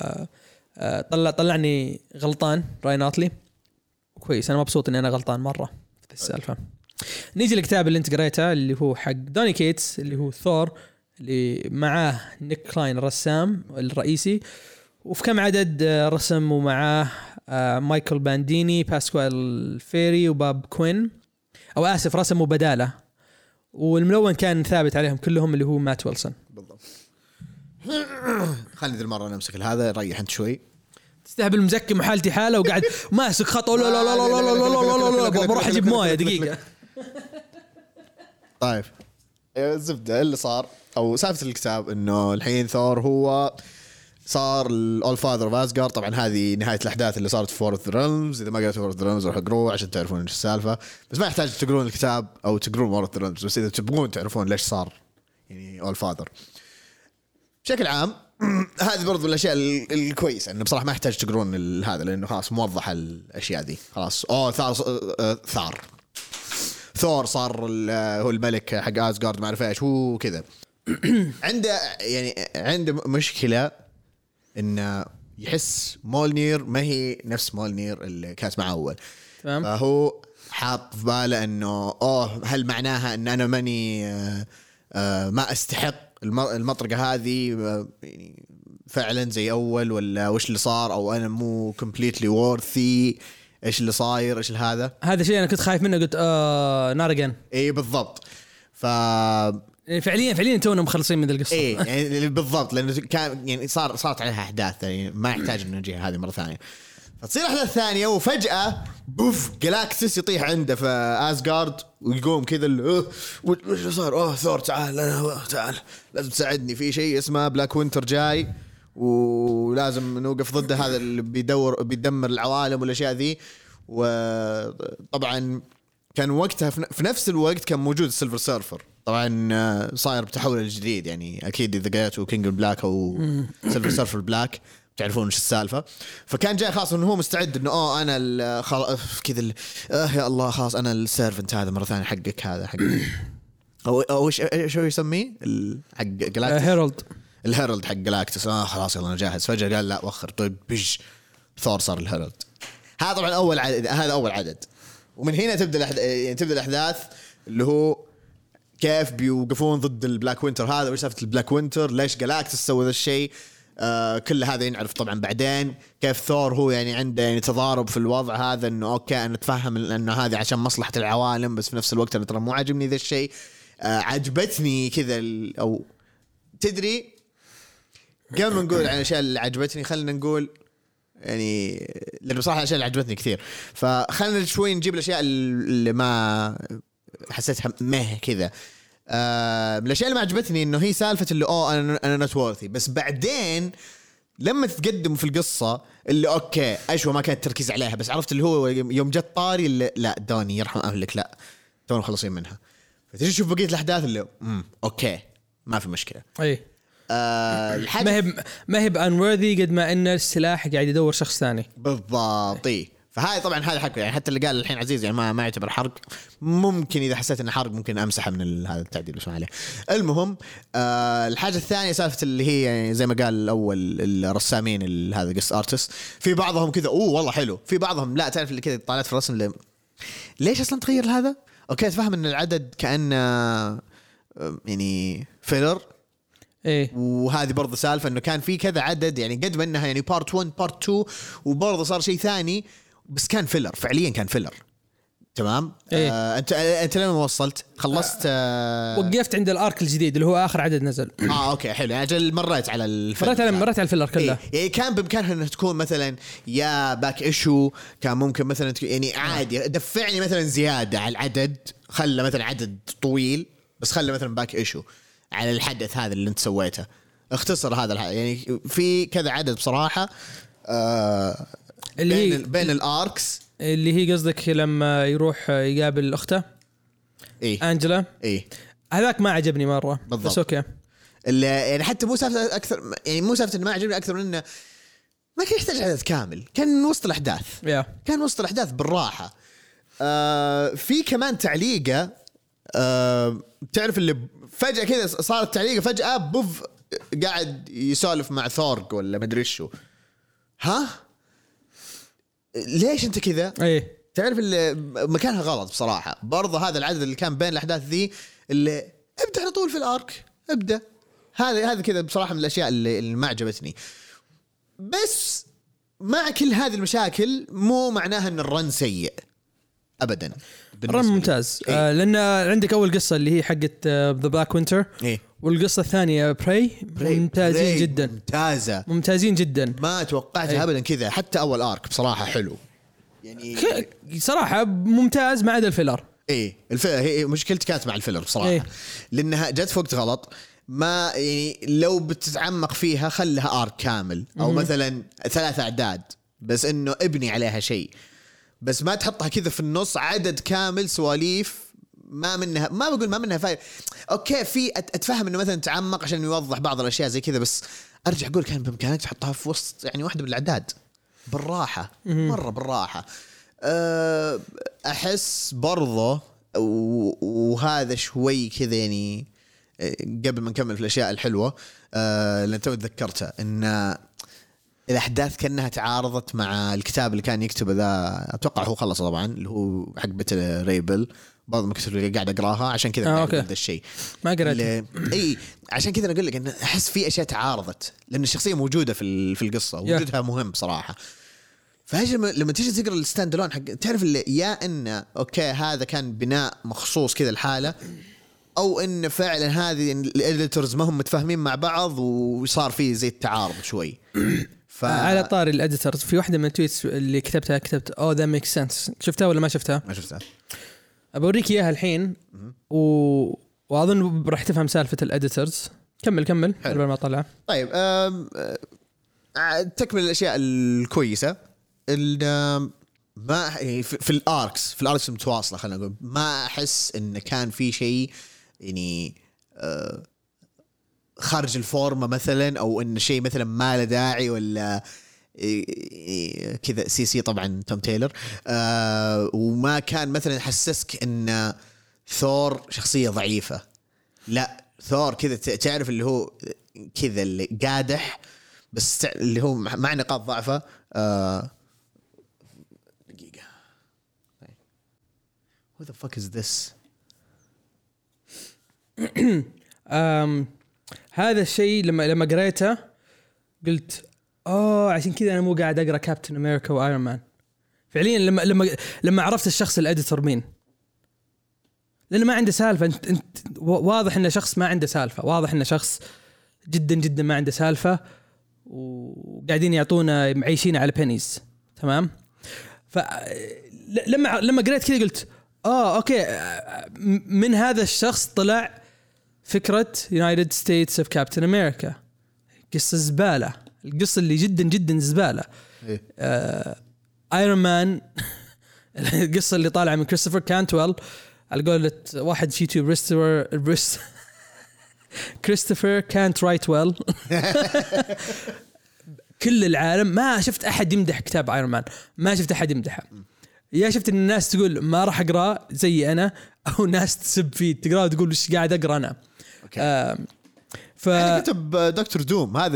طلعني غلطان راين آتلي كويس، أنا مبسوط إني أنا غلطان مرة في السالفة. نيجي للكتاب اللي أنت قريته اللي هو حق دوني كيتس، اللي هو ثور، اللي معاه نيك كلاين الرسام الرئيسي، وفي كم عدد رسم ومعاه مايكل بانديني، باسكوال فيري، وباب كوين، أو آسف رسموا بداله، والملون كان ثابت عليهم كلهم اللي هو مات ويلسون. بالضبط. خلني ذي المرة نمسك هذا، ريح أنت شوي. تستهبل مزكم حالتي حاله وقاعد ماسك خط. لا لا لا لا لا لا بروح اجيب مويه دقيقه. طيب الزبده اللي صار او سالفه الكتاب انه الحين ثور هو صار الاول فاذر اوف اسغارد. طبعا هذه نهايه الاحداث اللي صارت في فور اوف ذا ريلمز. اذا ما قريتوا فور اوف ذا ريلمز روحوا اقروه عشان تعرفون ايش السالفه، بس ما يحتاج تقرون الكتاب او تقرون فور اوف ذا ريلمز، بس اذا تبغون تعرفون ليش صار يعني اول فاذر بشكل عام. هذه برضو الاشياء الكويسه انه بصراحه ما يحتاج تقرون هذا، لانه خلاص موضح الاشياء دي خلاص. ثور صار هو الملك حق اسغارد، ما اعرف ايش هو كذا. عنده مشكله انه يحس مولنير ما هي نفس مولنير اللي كانت معه اول. فهو حاط في باله انه هل معناها ان انا ماني ما استحق المطرقة هذه يعني فعلا زي أول، ولا وش اللي صار، أو أنا مو completely worthy، إيش اللي صاير، إيش هذا شيء أنا كنت خايف منه، قلت نارجن. إيه بالضبط. فعليا تونا مخلصين من القصة. إيه يعني بالضبط، لأنه كان يعني صارت عليها أحداث يعني ما يحتاج إنه نجيها هذه مرة ثانية. فتصير أحداث ثانية وفجأة بوف جلاكسيس يطيح عنده في أسغارد ويقوم كذا وش صار؟ ثور تعال لازم تساعدني في شيء اسمه بلاك وينتر جاي ولازم نوقف ضده، هذا اللي بيدمر العوالم والأشياء ذي. وطبعا كان وقتها في نفس الوقت كان موجود السيلفر سيرفر، طبعا صاير بتحول الجديد يعني أكيد إذا قريتوا كينج بلاك أو سيلفر سيرفر بلاك تعرفون ايش السالفه. فكان جاي خلاص انه هو مستعد انه انا كذا يا الله خلاص انا السيرفنت هذا مره ثانيه حقك، هذا حق او شو يسميه حق جلاكتس، الهيرالد حق جلاكتس. خلاص يلا انا جاهز. فجاه قال لا وخر، طيب بيج ثور صار الهيرالد. هذا طبعا اول عدد، هذا اول عدد. ومن هنا تبدا الاحداث اللي هو كيف بيوقفون ضد البلاك وينتر هذا، وش سالفه البلاك وينتر، ليش جلاكتس سوى ذا الشيء. كل هذا ينعرف طبعا بعدين. كيف ثور هو يعني عنده يعني تضارب في الوضع هذا، انه اوكي انا اتفهم انه هذه عشان مصلحة العوالم، بس في نفس الوقت انا ترى مو عاجبني ذا الشيء. عجبتني كذا او تدري قبل ما نقول عن الاشياء اللي عجبتني خلينا نقول يعني، لأن بصراحة الاشياء اللي عجبتني كثير، فخلينا شوي نجيب الاشياء اللي ما حسيتها كذا. من الاشياء اللي ما عجبتني انه هي سالفه اللي انا نوت وورثي، بس بعدين لما تتقدم في القصه اللي اوكي اشوى ما كان التركيز عليها، بس عرفت اللي هو يوم جت طاري اللي لا دوني يرحم اهلك لا تونا مخلصين منها، فتجي تشوف بقيه الاحداث اللي اوكي ما في مشكله. اي ما هي بانورثي قد ما ان السلاح قاعد يدور شخص ثاني بالضبط. فهاي طبعا هذا حق يعني، حتى اللي قال الحين عزيز يعني ما يعتبر حرق، ممكن اذا حسيت انه حرق ممكن امسحه من هذا التعديل واسمع عليه. المهم الحاجه الثانيه سالفه اللي هي يعني زي ما قال الاول الرسامين هذا قص ارتست، في بعضهم كذا والله حلو، في بعضهم لا تعرف اللي كذا طالعت في الرسم ليش اصلا تغير هذا. اوكي تفهم ان العدد كانه يعني فيلر ايه، وهذه برضه سالفه انه كان في كذا عدد يعني قد ما انها يعني بارت 1 بارت 2 وبرضه صار شيء ثاني، بس كان فيلر فعليا كان فيلر تمام. إيه؟ انت لما وصلت خلصت وقفت عند الارك الجديد اللي هو اخر عدد نزل. اوكي حلو. يعني اجل مريت على مريت على الفيلر كله. إيه؟ يعني كان بامكانها انها تكون مثلا يا باك ايشو، كان ممكن مثلا يعني عادي دفعني مثلا زياده على العدد، خلى مثلا عدد طويل بس خلى مثلا باك ايشو على الحدث هذا اللي انت سويته، اختصر هذا يعني في كذا عدد بصراحه اللي بين الاركس اللي هي قصدك لما يروح يقابل اخته إيه؟ انجلا. إيه؟ هذاك ما عجبني مره بالضبط. بس اوكي يعني حتى مو سالفه اكثر، يعني مو سالفه انه ما عجبني اكثر من انه ما كان يحتاج عدد كامل، كان وسط الاحداث. كان وسط الاحداث بالراحه. في كمان تعليقه تعرف اللي فجاه كذا صارت تعليقه فجاه بوف قاعد يسولف مع ثورغ ولا ما ادري شو. ها ليش انت كذا؟ ايه تعرف اللي مكانها غلط بصراحه. برضه هذا العدد اللي كان بين الاحداث ذي اللي ابدا على طول في الارك، ابدا. هذا كذا بصراحه من الاشياء اللي ما عجبتني. بس مع كل هذه المشاكل مو معناها ان الرن سيء ابدا، الرن ممتاز. إيه؟ لان عندك اول قصه اللي هي حقت ذا بلاك وينتر، إيه؟ والقصه الثانيه براي ممتازين جدا، ممتازين جدا. ما توقعتها ابدا كذا. حتى اول ارك بصراحه حلو يعني صراحه ممتاز ما عدا الفيلر. ايه هي مشكلتي كانت مع الفيلر بصراحه. إيه؟ لانها جت في وقت غلط. ما يعني لو بتتعمق فيها خلها ارك كامل او مثلا 3 أعداد بس انه ابني عليها شيء، بس ما تحطها كذا في النص عدد كامل سواليف ما منها. ما بقول ما منها فايدة، اوكي في اتفهم انه مثلا تعمق عشان يوضح بعض الاشياء زي كذا، بس ارجع اقول كان بامكانك تحطها في وسط يعني واحده من الاعداد بالراحه، مره بالراحه. احس برضه وهذا شوي كذا يعني قبل ما نكمل في الاشياء الحلوه اللي تو تذكرتها ان الاحداث كانها تعارضت مع الكتاب اللي كان يكتبه ذا. اتوقع هو خلص طبعا، اللي هو حق بيت ريبل. بعض ما كنت قاعد اقراها عشان كذا هذا الشيء ما قرأت. اي عشان كذا انا اقول لك ان احس في اشياء تعارضت لان الشخصيه موجوده في القصه، وجودها مهم بصراحه. فهجم لما تيجي تقرا الستاند الون حق تعرف اللي يا انه اوكي هذا كان بناء مخصوص كذا الحاله، او ان فعلا هذه الاديتورز ما هم متفاهمين مع بعض وصار فيه زي التعارض شوي. على طاري الاديتورز، في واحده من التويتس اللي كتبت او ذا ميك سنس. شفتها ولا ما شفتها؟ ما شفتها. أبوريك إياها الحين وأظن راح تفهم سالفة الإديتورز. كمل قبل ما طلع. طيب تكمل الأشياء الكويسة ما في الاركس المتواصلة. خلينا نقول ما أحس إن كان في شيء يعني خارج الفورمة مثلا، أو إن شيء مثلا ما له داعي ولا كذا. سي طبعا توم تايلر. وما كان مثلا يحسسك ان ثور شخصية ضعيفة. لا ثور كذا تعرف اللي هو كذا اللي قادح بس اللي هو مع نقاط ضعفه. دقيقة who the fuck is this. هذا الشيء لما قريته قلت عشان كذا انا مو قاعد اقرا كابتن امريكا وايرون مان فعليا. لما عرفت الشخص الاديتور مين، لانه ما عنده سالفه. انت واضح انه شخص ما عنده سالفه، واضح انه شخص جدا جدا ما عنده سالفه، وقاعدين يعطونا معيشين على بينيز. تمام. لما قريت كذا قلت اوكي من هذا الشخص طلع فكره يونايتد ستيتس اوف كابتن امريكا. قصه زباله، القصة اللي جدا جدا زبالة. ايرون مان القصة اللي طالعة من كريستوفر كانتويل على قولة واحد يوتيوب كريستوفر كانت رايت ويل. كل العالم ما شفت أحد يمدح كتاب ايرون مان، ما شفت أحد يمدحه. يا شفت إن الناس تقول ما راح أقرأ زي أنا، أو ناس تسب فيه تقرأ وتقول وش قاعد أقرأ أنا. أنا كتب دكتور دوم هذا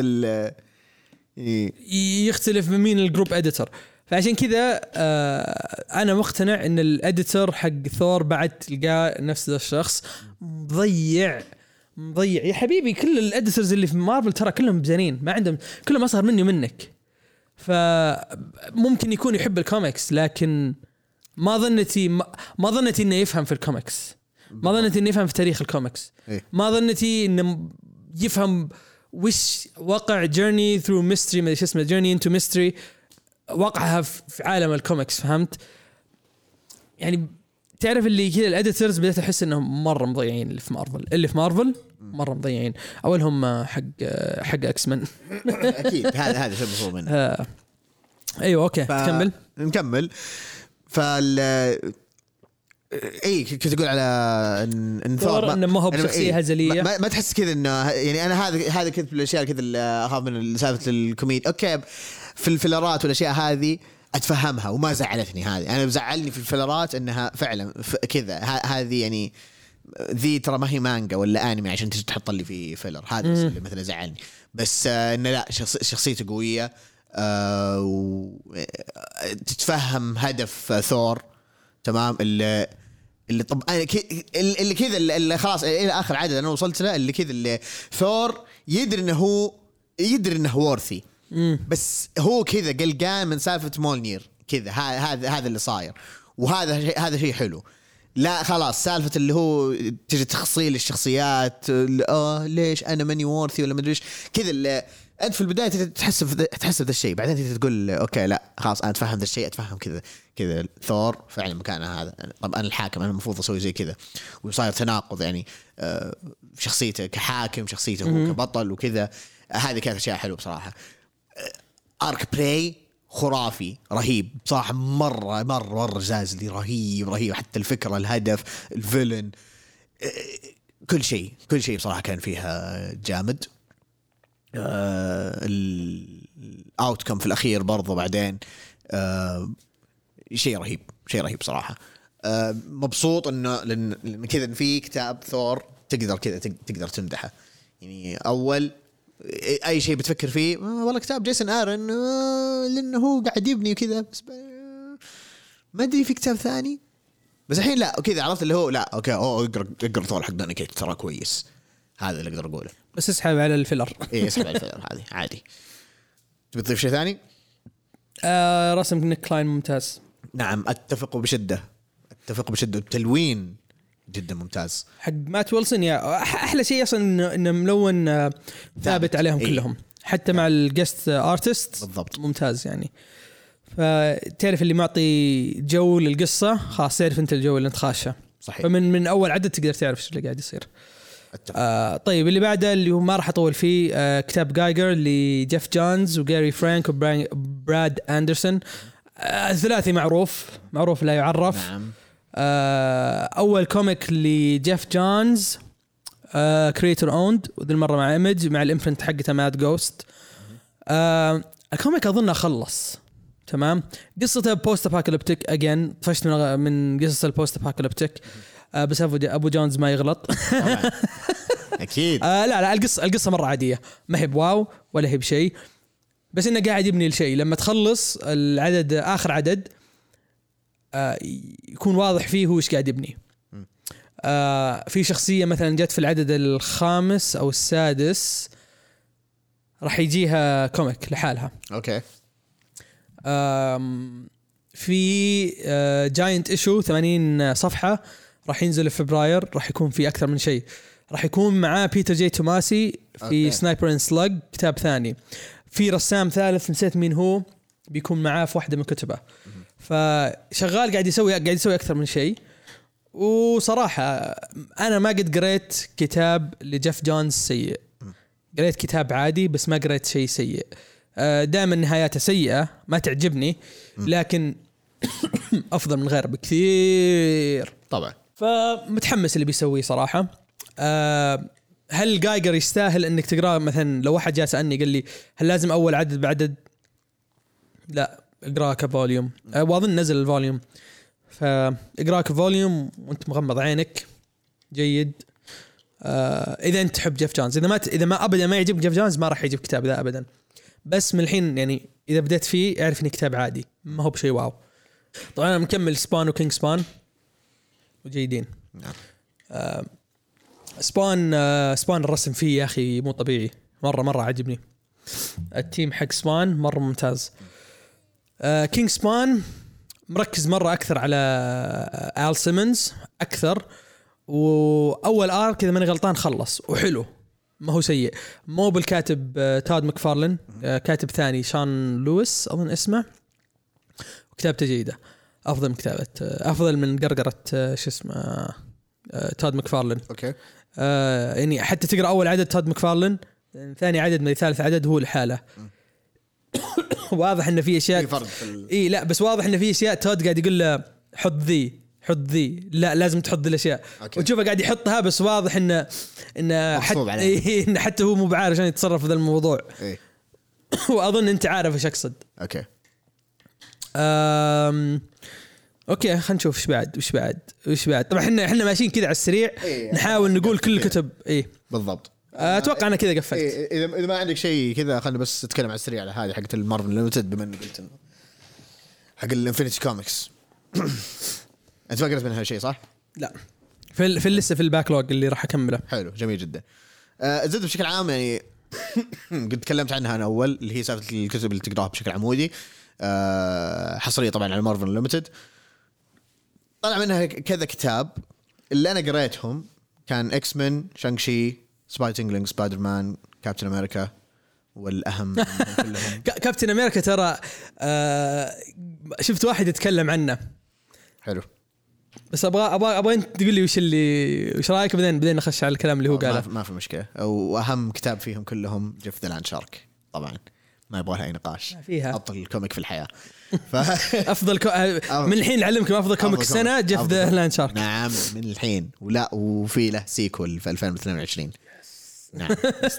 يختلف من مين الجروب اديتور. فعشان كذا انا مقتنع ان الاديتور حق ثور بعد تلقى نفس الشخص مضيع يا حبيبي. كل الاديتورز اللي في مارفل ترى كلهم بزنين، ما عندهم، كلهم اصغر مني ومنك. فممكن يكون يحب الكوميكس لكن ما ظنتي انه يفهم في الكوميكس، ما ظنتي انه يفهم في تاريخ الكوميكس، ما ظنتي انه يفهم وش وقع جيرني ثرو ميستري، ما ادري اسمه جيرني انتو ميستري، وقعها في عالم الكوميكس. فهمت يعني؟ تعرف اللي كذا الاديتورز بدأت احس انهم مره مضيعين اللي في مارفل مره مضيعين. اولهم حق اكس مان. اكيد هذا شيء مفروض منه. ايوه اوكي تكمل. نكمل. اي كنت اقول على ان ثور انه ما هو بشخصيه هزليه، ما تحس كذا انه يعني انا هذا كذا الاشياء كذا اللي اخاف من سالفه الكوميديا. اوكي في الفيلرات والاشياء هذه اتفهمها وما زعلتني. هذه انا زعلني في الفيلرات انها فعلا كذا. هذه يعني ذي ترى ما هي مانجا ولا انمي عشان تجي تحط لي في فيلر. هذا اللي مثلا زعلني. بس انه لا، شخصيته قويه تتفهم هدف ثور تمام. اللي طب اللي كذا اللي خلاص الى اخر عدد انا وصلت له، اللي كذا اللي ثور يدري انه وورثي، بس هو كذا قلقان من سالفه مولنير كذا. هذا اللي صاير، وهذا شيء حلو. لا خلاص سالفه اللي هو تجي تفصيل الشخصيات، ليش انا ماني وورثي ولا ما ادري ايش كذا. اللي انت في البدايه تحس بهذا الشيء، بعدين تقول اوكي لا خلاص انا اتفهم ذا الشيء، اتفهم كذا ثور فعلا مكانه هذا. طب انا الحاكم، انا المفروض اسوي زي كذا، وصاير تناقض يعني شخصيته كحاكم، شخصيته هو كبطل وكذا. هذه كانت اشياء حلوه بصراحه. ارك براي خرافي رهيب بصراحه، مره جازلي رهيب. حتى الفكره، الهدف، الفيلن، كل شيء بصراحه كان فيها جامد. الاوتكم في الاخير برضو بعدين شيء رهيب صراحه. مبسوط انه لان كذا في كتاب ثور تقدر تمدحه. يعني اول اي شيء بتفكر فيه والله كتاب جيسون آرن لانه هو قاعد يبني كذا، بس ما ادري في كتاب ثاني. بس الحين لا كذا عرفت اللي هو لا اوكي اقرا ثور حق داني كيت ترى كويس. هذا اللي اقدر اقوله. بس اسحب على الفيلر. اسحب على الفيلر هذه عادي. تبي تضيف شيء ثاني؟ رسم نيك كلاين ممتاز. نعم اتفق بشده. التلوين جدا ممتاز حق مات ويلسون. يا احلى شيء اصلا انه ملون ثابت عليهم كلهم، حتى مع الجست ارتست بالضبط ممتاز يعني. فتعرف اللي معطي جو للقصه، خلاص تعرف انت الجو اللي انت خاشه. صحيح. فمن اول عدد تقدر تعرف ايش اللي قاعد يصير. طيب اللي بعده اللي هو ما راح اطول فيه، كتاب جايجر لجيف جونز وجاري فرانك وبراد اندرسون. ثلاثي معروف لا يعرف. نعم. اول كوميك لجيف جونز كريتور اوند، وذي المره مع ايمج مع الامبرنت حقته ماد جوست. الكوميك اظن خلص تمام. قصته بوست ابوكاليبتيك اجين، طفشت من قصص البوست ابوكاليبتيك. بس ابو جونز ما يغلط. اكيد. لا القصه مره عاديه، ما هي بواو ولا هي بشيء، بس انه قاعد يبني الشيء. لما تخلص العدد اخر عدد يكون واضح فيه هو ايش قاعد يبني. في شخصيه مثلا جت في العدد الخامس او السادس راح يجيها كوميك لحالها. اوكي. في جاينت ايشو 80 صفحه راح ينزل في فبراير، راح يكون في اكثر من شيء. راح يكون معاه بيتر جي توماسي في سنايبر اند سلاج كتاب ثاني. في رسام ثالث نسيت مين هو بيكون معاه في واحده من كتبه. فشغال قاعد يسوي اكثر من شيء. وصراحه انا ما قد قريت كتاب لجيف جونز سيء. قريت كتاب عادي بس ما قريت شيء سيء. دائما نهاياته سيئه ما تعجبني، لكن افضل من غيره بكثير طبعا. فمتحمس اللي بيسويه صراحه. هل جايجر يستاهل انك تقراه؟ مثلا لو واحد جاء سألني قال لي هل لازم اول عدد بعدد، لا اقراه كفوليوم. واظن نزل الفوليوم، فاقراه كفوليوم وانت مغمض عينك جيد. اذا انت تحب جيف جونز. اذا ما ابدا ما يعجبك جيف جونز ما راح يجيب كتاب ذا ابدا. بس من الحين يعني اذا بديت فيه اعرف اني كتاب عادي ما هو بشيء واو. طبعا انا مكمل سبان وكينج سبان وجيدين. سبان الرسم فيه يا اخي مو طبيعي، مره عجبني. التيم حق سبان مره ممتاز. كينج سبان مركز مرة أكثر على آل سيمونز أكثر. وأول آرك إذا ماني غلطان خلص وحلو ما هو سيء. مو بالكاتب تاد مكفارلن، كاتب ثاني شان لويس أظن اسمه، وكتابته جيدة، أفضل من كتابة أفضل من قرقرة شو اسمه تاد مكفارلن. اوكي يعني حتى تقرأ أول عدد تاد مكفارلن، ثاني عدد من ثالث عدد هو لحاله. واضح إن في أشياء في فرق إيه لا بس واضح إن في أشياء تاد قاعد يقول له حط ذي لا لازم تحط ذي الأشياء، وتشوفه قاعد يحطها بس واضح إن حتى إن حتى هو مو بعارف عشان يتصرف في ذا الموضوع. إيه. وأظن أنت عارف إيش أقصد. اوكي اوكي خلينا نشوف وش بعد. طبعا احنا ماشيين كذا على السريع. إيه نحاول نقول كل الكتب. ايه بالضبط. اتوقع انا كذا قفلت. إيه اذا ما عندك شيء كذا خلينا بس نتكلم على السريع على هذه حقت المارفل ليمتد، بما اني قلت انه حق الانفينيتي كوميكس. انت ما قرأت منها شيء صح؟ لا في لسه في الباكلوج اللي راح اكمله. حلو جميل جدا. زد بشكل عام يعني قد تكلمت عنها انا اول، اللي هي سالفه الكتب اللي تقراها بشكل عمودي، حصريه طبعا على مارفل ليمتد. طلع منها كذا كتاب، اللي انا قريتهم كان اكس مان، شانغ شي، سبايدر مان، كابتن امريكا، والاهم كلهم كابتن امريكا. ترى شفت واحد يتكلم عنه حلو، بس ابغى انت تقول لي وش رايك، بعدين نخش على الكلام اللي هو قاله. ما في مشكله. واهم كتاب فيهم كلهم جيف ذا لاند شارك، طبعا ما يبغى لها اي نقاش، فيها افضل كوميك في الحياه. افضل من الحين نعلمكم افضل كوميك السنه جيف ذا لاند شارك. نعم من الحين، ولا وفي له سيكول في 2022. نعم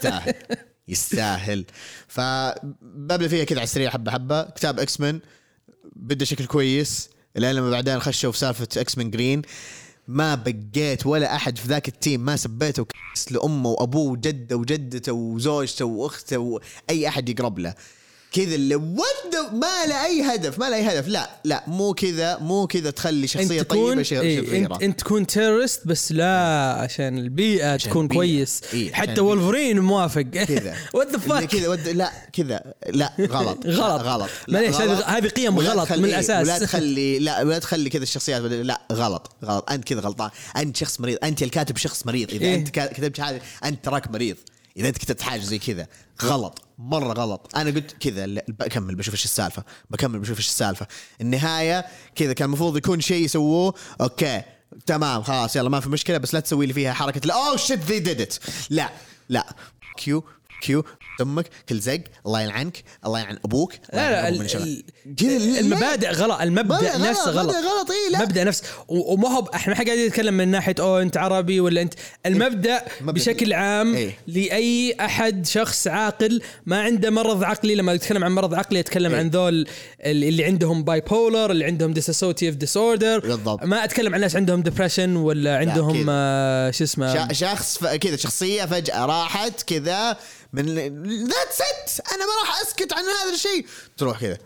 يستاهل. فببدأ فيها كذا على السريع حبه حبه. كتاب اكس مان بدا شكل كويس، لين لما بعدين خشوا في سالفه اكس مان جرين ما بقيت ولا احد في ذاك التيم ما سبيته وكس لامه وابوه وجده وجدته وزوجته واخته واي احد يقرب له كذا، اللي ما له اي هدف، لا مو كذا تخلي شخصيه طيبه شريره. انت تكون تيرست بس لا عشان البيئه تكون كويس. حتى وولفرين موافق كذا وات ذا فاك كذا لا غلط معليش هذه قيم غلط من الاساس. ولا تخلي كذا الشخصيات لا غلط انت كذا غلطان، انت شخص مريض، انت الكاتب شخص مريض. اذا انت كتبت هذا انت تراك مريض، إذا أنت كتبت حاجة زي كذا غلط، مرة غلط. أنا قلت كذا بكمل بشوف إيش السالفة. النهاية كذا كان المفروض يكون شيء يسووه أوكي تمام خلاص يلا ما في مشكلة، بس لا تسوي لي فيها حركة لا أوه شيت ذي ديدت. لا كيو دمك كل زق، الله يلعنك، الله يلعن ابوك. لا المبادئ غلط، المبدأ نفسه غلط. مبدأ نفسه وما هو احنا ما قاعدين نتكلم من ناحيه انت عربي ولا انت. المبدأ بشكل عام لاي احد شخص عاقل ما عنده مرض عقلي. لما يتكلم عن مرض عقلي يتكلم عن ذول اللي عندهم باي بولر، اللي عندهم ديسوسيتيف ديسوردر. ما اتكلم عن ناس عندهم ديبريشن ولا عندهم شو اسمه شخص كذا شخصيه فجأة راحت كذا من ذات ست، انا ما راح اسكت عن هذا الشيء، تروح كذا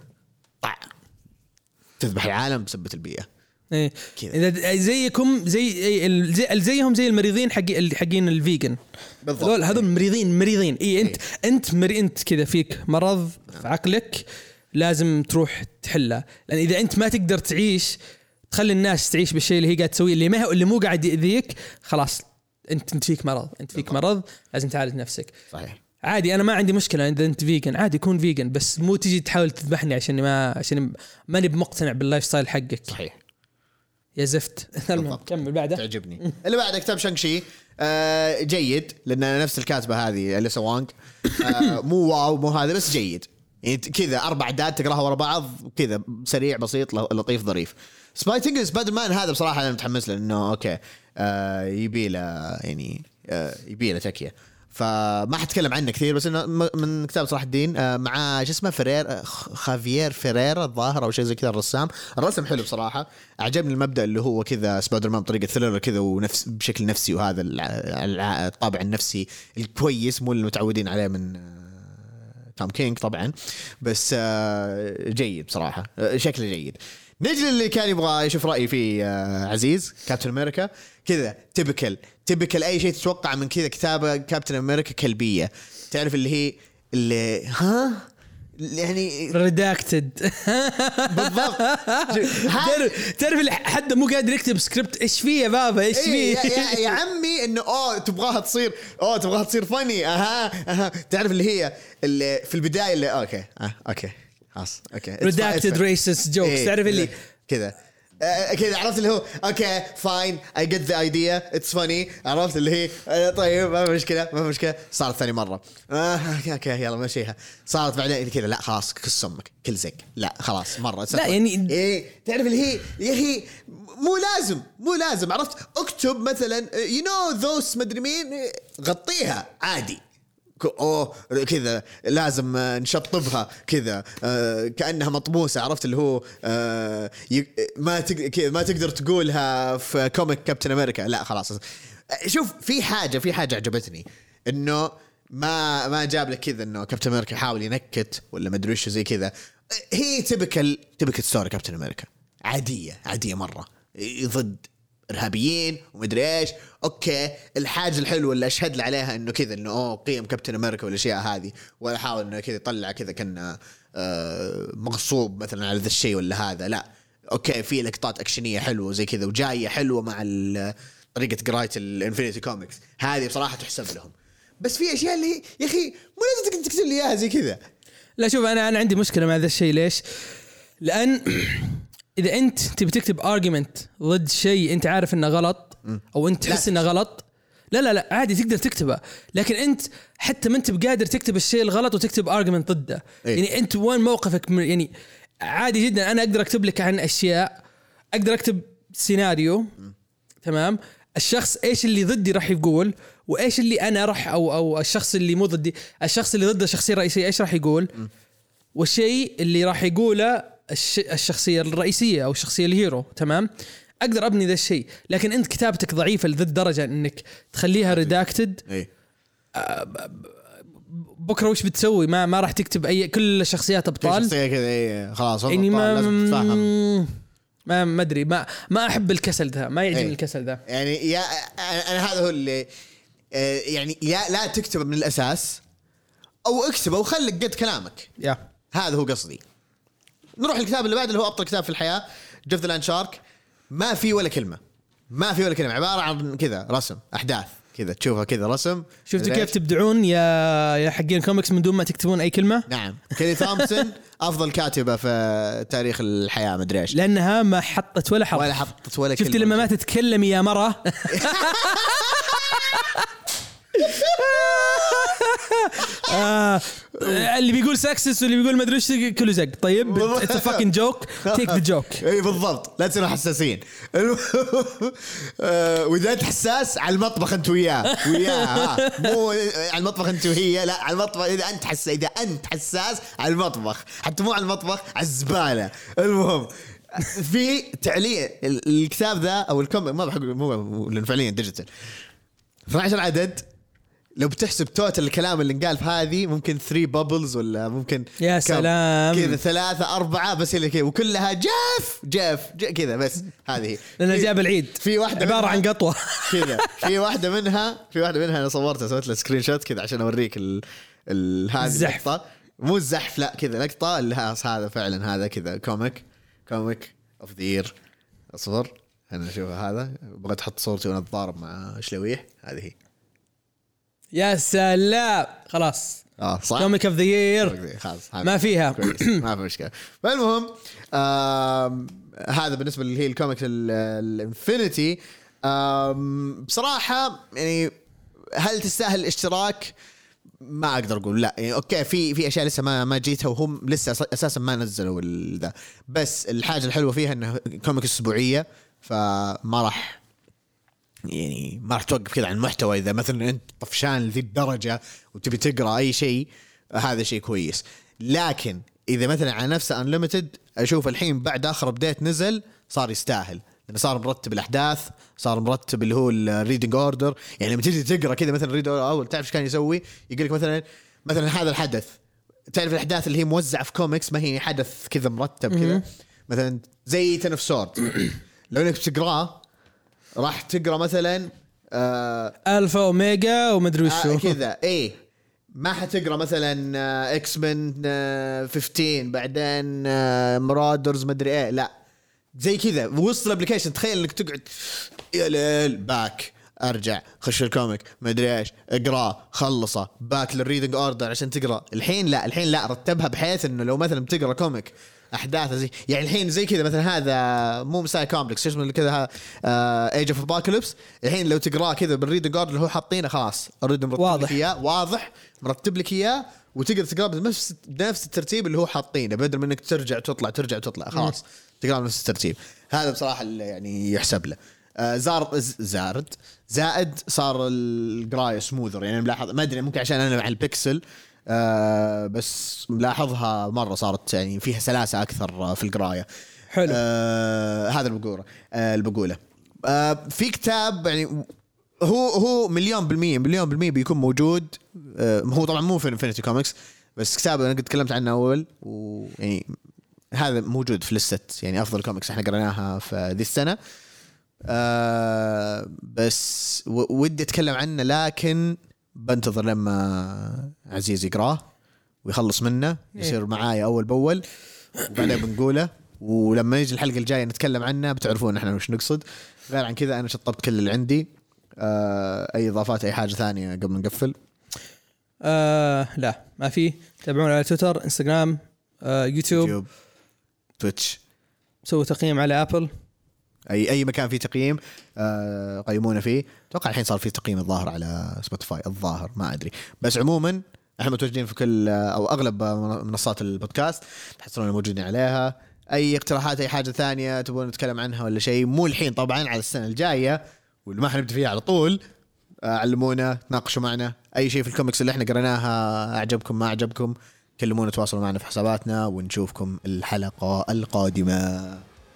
تذبح العالم بسبة البيئة. ايه اذا زيكم زيهم زي المريضين حقين الفيجن بالضبط. هذول مريضين. ايه انت كذا فيك مرض في عقلك لازم تروح تحله، لان اذا انت ما تقدر تعيش تخلي الناس تعيش بالشيء اللي هي قاعد تسويه اللي مو قاعد يأذيك، خلاص انت فيك مرض لازم تعالج نفسك. صحيح عادي انا ما عندي مشكله اذا انت فيجن، عادي كون فيجن، بس مو تجي تحاول تذبحني عشان ماني بمقتنع باللايف ستايل حقك. صحيح يا زفت. كمل بعده. تعجبني اللي بعده كتاب شانغ شي. جيد لان نفس الكاتبه هذه أليسا وانغ. مو واو مو هذا بس جيد يعني كذا 4 أعداد تقراها ورا بعض كذا سريع بسيط لطيف ظريف. سبايدر مان هذا بصراحه انا متحمس له انه اوكي يبي له تكيه، فما حتكلم عنه كثير، بس انه من كتاب صلاح الدين مع شو اسمه خافيير فيريرا الظاهر او شيء زي كذا. الرسم حلو بصراحه، عجبني المبدا اللي هو كذا سبايدر مان بطريقه ثريلر كذا ونفس بشكل نفسي، وهذا الطابع النفسي الكويس مو اللي متعودين عليه من توم كينج طبعا، بس جيد بصراحه شكله جيد. نجي اللي كان يبغى يشوف رأيي فيه عزيز، كابتن أمريكا كذا تبكل أي شيء تتوقع من كذا كتابة كابتن أمريكا كلبية، تعرف اللي هي اللي يعني ريداكتد بالضبط. تعرف اللي حد مو قادر يكتب سكريبت ايش فيه يا بابا ايش فيه يا عمي انه تبغاها تصير فاني تعرف اللي هي اللي في البدايه اللي اوكي خلاص اوكي ريداكتد ريسست جوكس تعرف اللي كذا عرفت اللي هو اوكي فاين اي جيت ذا ايديا اتس فاني عرفت اللي هي طيب ما مشكله صارت ثاني مره اوكي يلا ماشيها صارت بعدين كذا لا خلاص كس امك كل زق لا خلاص مره لا يعني تعرف اللي هي يا اخي مو لازم عرفت اكتب مثلا ذوس مدري مين غطيها عادي كذا لازم نشطبها كذا كأنها مطموسة عرفت اللي هو ما تقدر تقولها في كوميك كابتن أمريكا لا خلاص شوف في حاجة عجبتني إنه ما جاب لك كذا إنه كابتن أمريكا يحاول ينكت ولا ما أدري إيش زي كذا هي تبكل ستوري كابتن أمريكا عادية مرة ضد إرهابيين ومدري إيش أوكي الحاجة الحلوة اللي أشهد لي عليها إنه كذا إنه قيم كابتن أمريكا والأشياء هذه ولا حاول إنه كذا يطلع كذا كأنه مغصوب مثلا على ذا الشيء ولا هذا لا أوكي في لقطات أكشنية حلوة زي كذا وجاية حلوة مع طريقة قراءة الانفينيتي كوميكس هذه بصراحة تحسب لهم بس في أشياء اللي يا أخي مو لازم تكتب لي إياها زي كذا لا شوف أنا عندي مشكلة مع ذا الشيء ليش لأن إذا أنت تبي تكتب argument ضد شيء أنت عارف إنه غلط أو أنت تحس إنه غلط لا عادي تقدر تكتبه لكن أنت حتى ما أنت بقادر تكتب الشيء الغلط وتكتب argument ضده يعني أنت وين موقفك يعني عادي جدا أنا أقدر أكتب لك عن أشياء أقدر أكتب سيناريو تمام الشخص إيش اللي ضدي راح يقول وإيش اللي أنا راح أو الشخص اللي مو ضدي الشخص اللي ضد الشخصية الرئيسية إيش راح يقول والشيء اللي راح يقوله الشخصية الرئيسية أو الشخصية الهيرو تمام أقدر أبني ذا الشيء لكن أنت كتابتك ضعيفة لذا الدرجة أنك تخليها ريداكتد بكرة وش بتسوي ما راح تكتب كل الشخصيات أبطال شخصية كذا خلاص يعني ما أدري ما أحب الكسل ده ما يعجبني الكسل ده يعني أنا هذا هو اللي يعني لا تكتب من الأساس أو اكتبه وخلك قد كلامك هذا هو قصدي نروح الكتاب اللي بعد اللي هو أبطل كتاب في الحياة جيف ذا لاند شارك ما في ولا كلمة عبارة عن كذا رسم أحداث كذا تشوفها كذا رسم شفتوا كيف تبدعون يا حقين كوميكس من دون ما تكتبون أي كلمة نعم كيلي تومسون أفضل كاتبة في تاريخ الحياة مدري إيش لأنها ما حطت ولا حرف ولا شفت لما ما تتكلمي يا مرة اللي بيقول ساكسس واللي بيقول ما ادري ايش كله زق طيب اتس فاكينج جوك تيك ذا جوك اي بالضبط لا تصيروا حساسين واذا انت حساس على المطبخ انت وياه مو على المطبخ انت وهي لا على المطبخ اذا انت حساس على المطبخ حتى مو على المطبخ على الزبالة المهم في تعليق الكتاب ذا او الكوميك ما بحق مو لأنه فعليا ديجيتال 12 عدد لو بتحسب توتال الكلام اللي انقال في هذه ممكن 3 بابلز ولا ممكن يا سلام كذا 3 4 بس اللي كذا وكلها جاف كذا بس هذه لأن جاب العيد في واحدة عبارة عن قطوة كذا في واحدة منها أنا صورتها سويت له سكرين شوت كذا عشان أوريك هذه اللقطة مو الزحف لا كذا لقطة اللي هذا فعلا هذا كذا كوميك اوف ذا يير اصبر انا اشوف هذا بغيت احط صورتي وانا اتضارب مع شلويح هذه هي يا سلام خلاص صح كوميك اوف ذا يير ما فيها ما في مشكله فالمهم هذا بالنسبه اللي هي الكوميك الانفينيتي بصراحه يعني هل تستاهل الاشتراك ما اقدر اقول لا يعني اوكي في اشياء لسه ما جيتها وهم لسه اساسا ما نزلوا ذا بس الحاجه الحلوه فيها انه كوميك اسبوعيه فما راح يعني ما راح توقف كذا عن المحتوى اذا مثلا انت طفشان لذي الدرجه وتبي تقرا اي شيء هذا شيء كويس لكن اذا مثلا على نفسه انليمتد اشوف الحين بعد اخر ابديت نزل صار يستاهل لأنه صار مرتب الأحداث صار مرتب اللي هو الريدنج أوردر يعني لما تيجي تقرأ كذا مثلا ريد أول تعرف إيش كان يسوي يقول لك مثلا هذا الحدث تعرف الأحداث اللي هي موزعة في كوميكس ما هي حدث كذا مرتب كذا مثلا زي تن اوف سورد لو إنك بتقرأه راح تقرأ مثلا ألفا أوميجا ومدري وشو كذا إيه ما حتقرا مثلا اكس من 15 بعدين مرادرز مدري ايه، لا زي كذا وسط الابلكيشن. تخيل انك تقعد يا ليل باك ارجع خش الكوميك ما ادري ايش اقراه خلصه باك للريدنج اوردر عشان تقرا. الحين لا رتبها بحيث انه لو مثلا بتقرا كوميك احداثه زي يعني الحين زي كذا مثلا هذا مو مساي كومبلكس ايش من كذا ايج اوف ابوكاليبس. الحين لو تقراه كذا بالريدنج اوردر اللي هو حاطينه خلاص الريدنج مرتب لك اياه واضح مرتب لك اياه وتقدر تقراه بنفس الترتيب اللي هو حاطينه بدل من انك ترجع وتطلع خلاص تقراه بنفس الترتيب. هذا بصراحه يعني يحسب له. زائد صار القرايه سموذر يعني ملاحظ ما ادري ممكن عشان انا مع البكسل بس ملاحظها مره صارت يعني فيها سلاسه اكثر في القرايه. حلو. هذا البقوله في كتاب يعني هو مليون بالمية بيكون موجود. هو طبعا مو في انفينيتي كوميكس بس كتاب انا قد تكلمت عنه اول ويعني هذا موجود في لستة يعني افضل كوميكس احنا قرأناها في ذي السنه. بس ودي اتكلم عنه لكن بنتظر لما عزيز يقراه ويخلص منه يصير معايا اول باول وبعدين بنقوله ولما يجي الحلقه الجايه نتكلم عنه بتعرفون احنا وش نقصد. غير عن كذا انا شطبت كل اللي عندي. اي اضافات اي حاجه ثانيه قبل نقفل؟ لا ما في. تابعونا على تويتر انستغرام يوتيوب تويتش. سووا تقييم على ابل اي مكان فيه تقييم قيمونا فيه. اتوقع الحين صار فيه تقييم الظاهر على سبوتيفاي الظاهر ما ادري بس عموما احنا متواجدين في كل او اغلب منصات البودكاست تحصلون موجودين عليها. اي اقتراحات اي حاجه ثانيه تبون نتكلم عنها ولا شيء مو الحين طبعا على السنه الجايه واللي ما حنبدا فيها على طول علمونا تناقشوا معنا. اي شيء في الكوميكس اللي احنا قريناها اعجبكم ما اعجبكم كلمونا تواصلوا معنا في حساباتنا ونشوفكم الحلقه القادمه.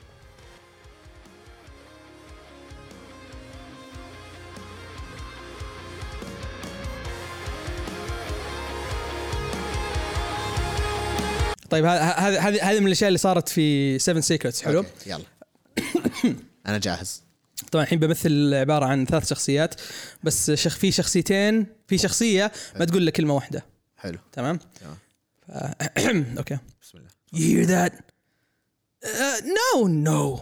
طيب هذه من الاشياء اللي صارت في 7 سيكريتس. حلو يلا انا جاهز. طبعا الحين بمثل عباره عن 3 شخصيات بس في شخصيتين في شخصيه ما تقول لك كلمه واحده. حلو تمام. اوكي بسم الله. You hear that? No.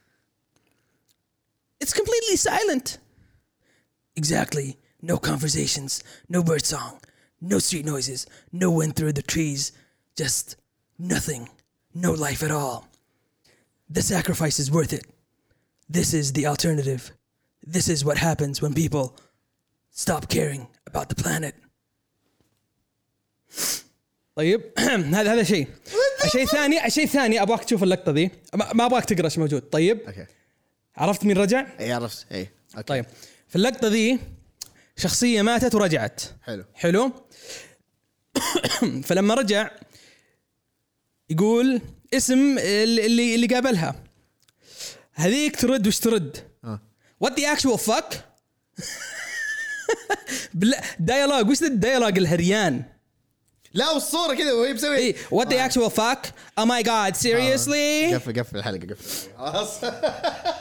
It's completely silent. Exactly. No conversations, no bird song, no street noises, no wind through the trees, just nothing, no life at all. The sacrifice is worth it. This is the alternative. This is what happens when people stop caring about the planet. طيب هذا شيء. الشيء الثاني ابغاك تشوف اللقطه ذي ما ابغاك تقرا ايش موجود. طيب اوكي عرفت مين رجع؟ اي عرفت اي أوكي. طيب في اللقطه ذي شخصيه ماتت ورجعت. حلو فلما رجع يقول اسم اللي قابلها هذيك ترد وش ترد؟ What the actual fuck؟ دايالوج وش الدايالوج الهريان؟ لا والصورة كذا وهي بسوي إيه what the actual fuck؟ Oh my god seriously؟ قفل الحلقة قفل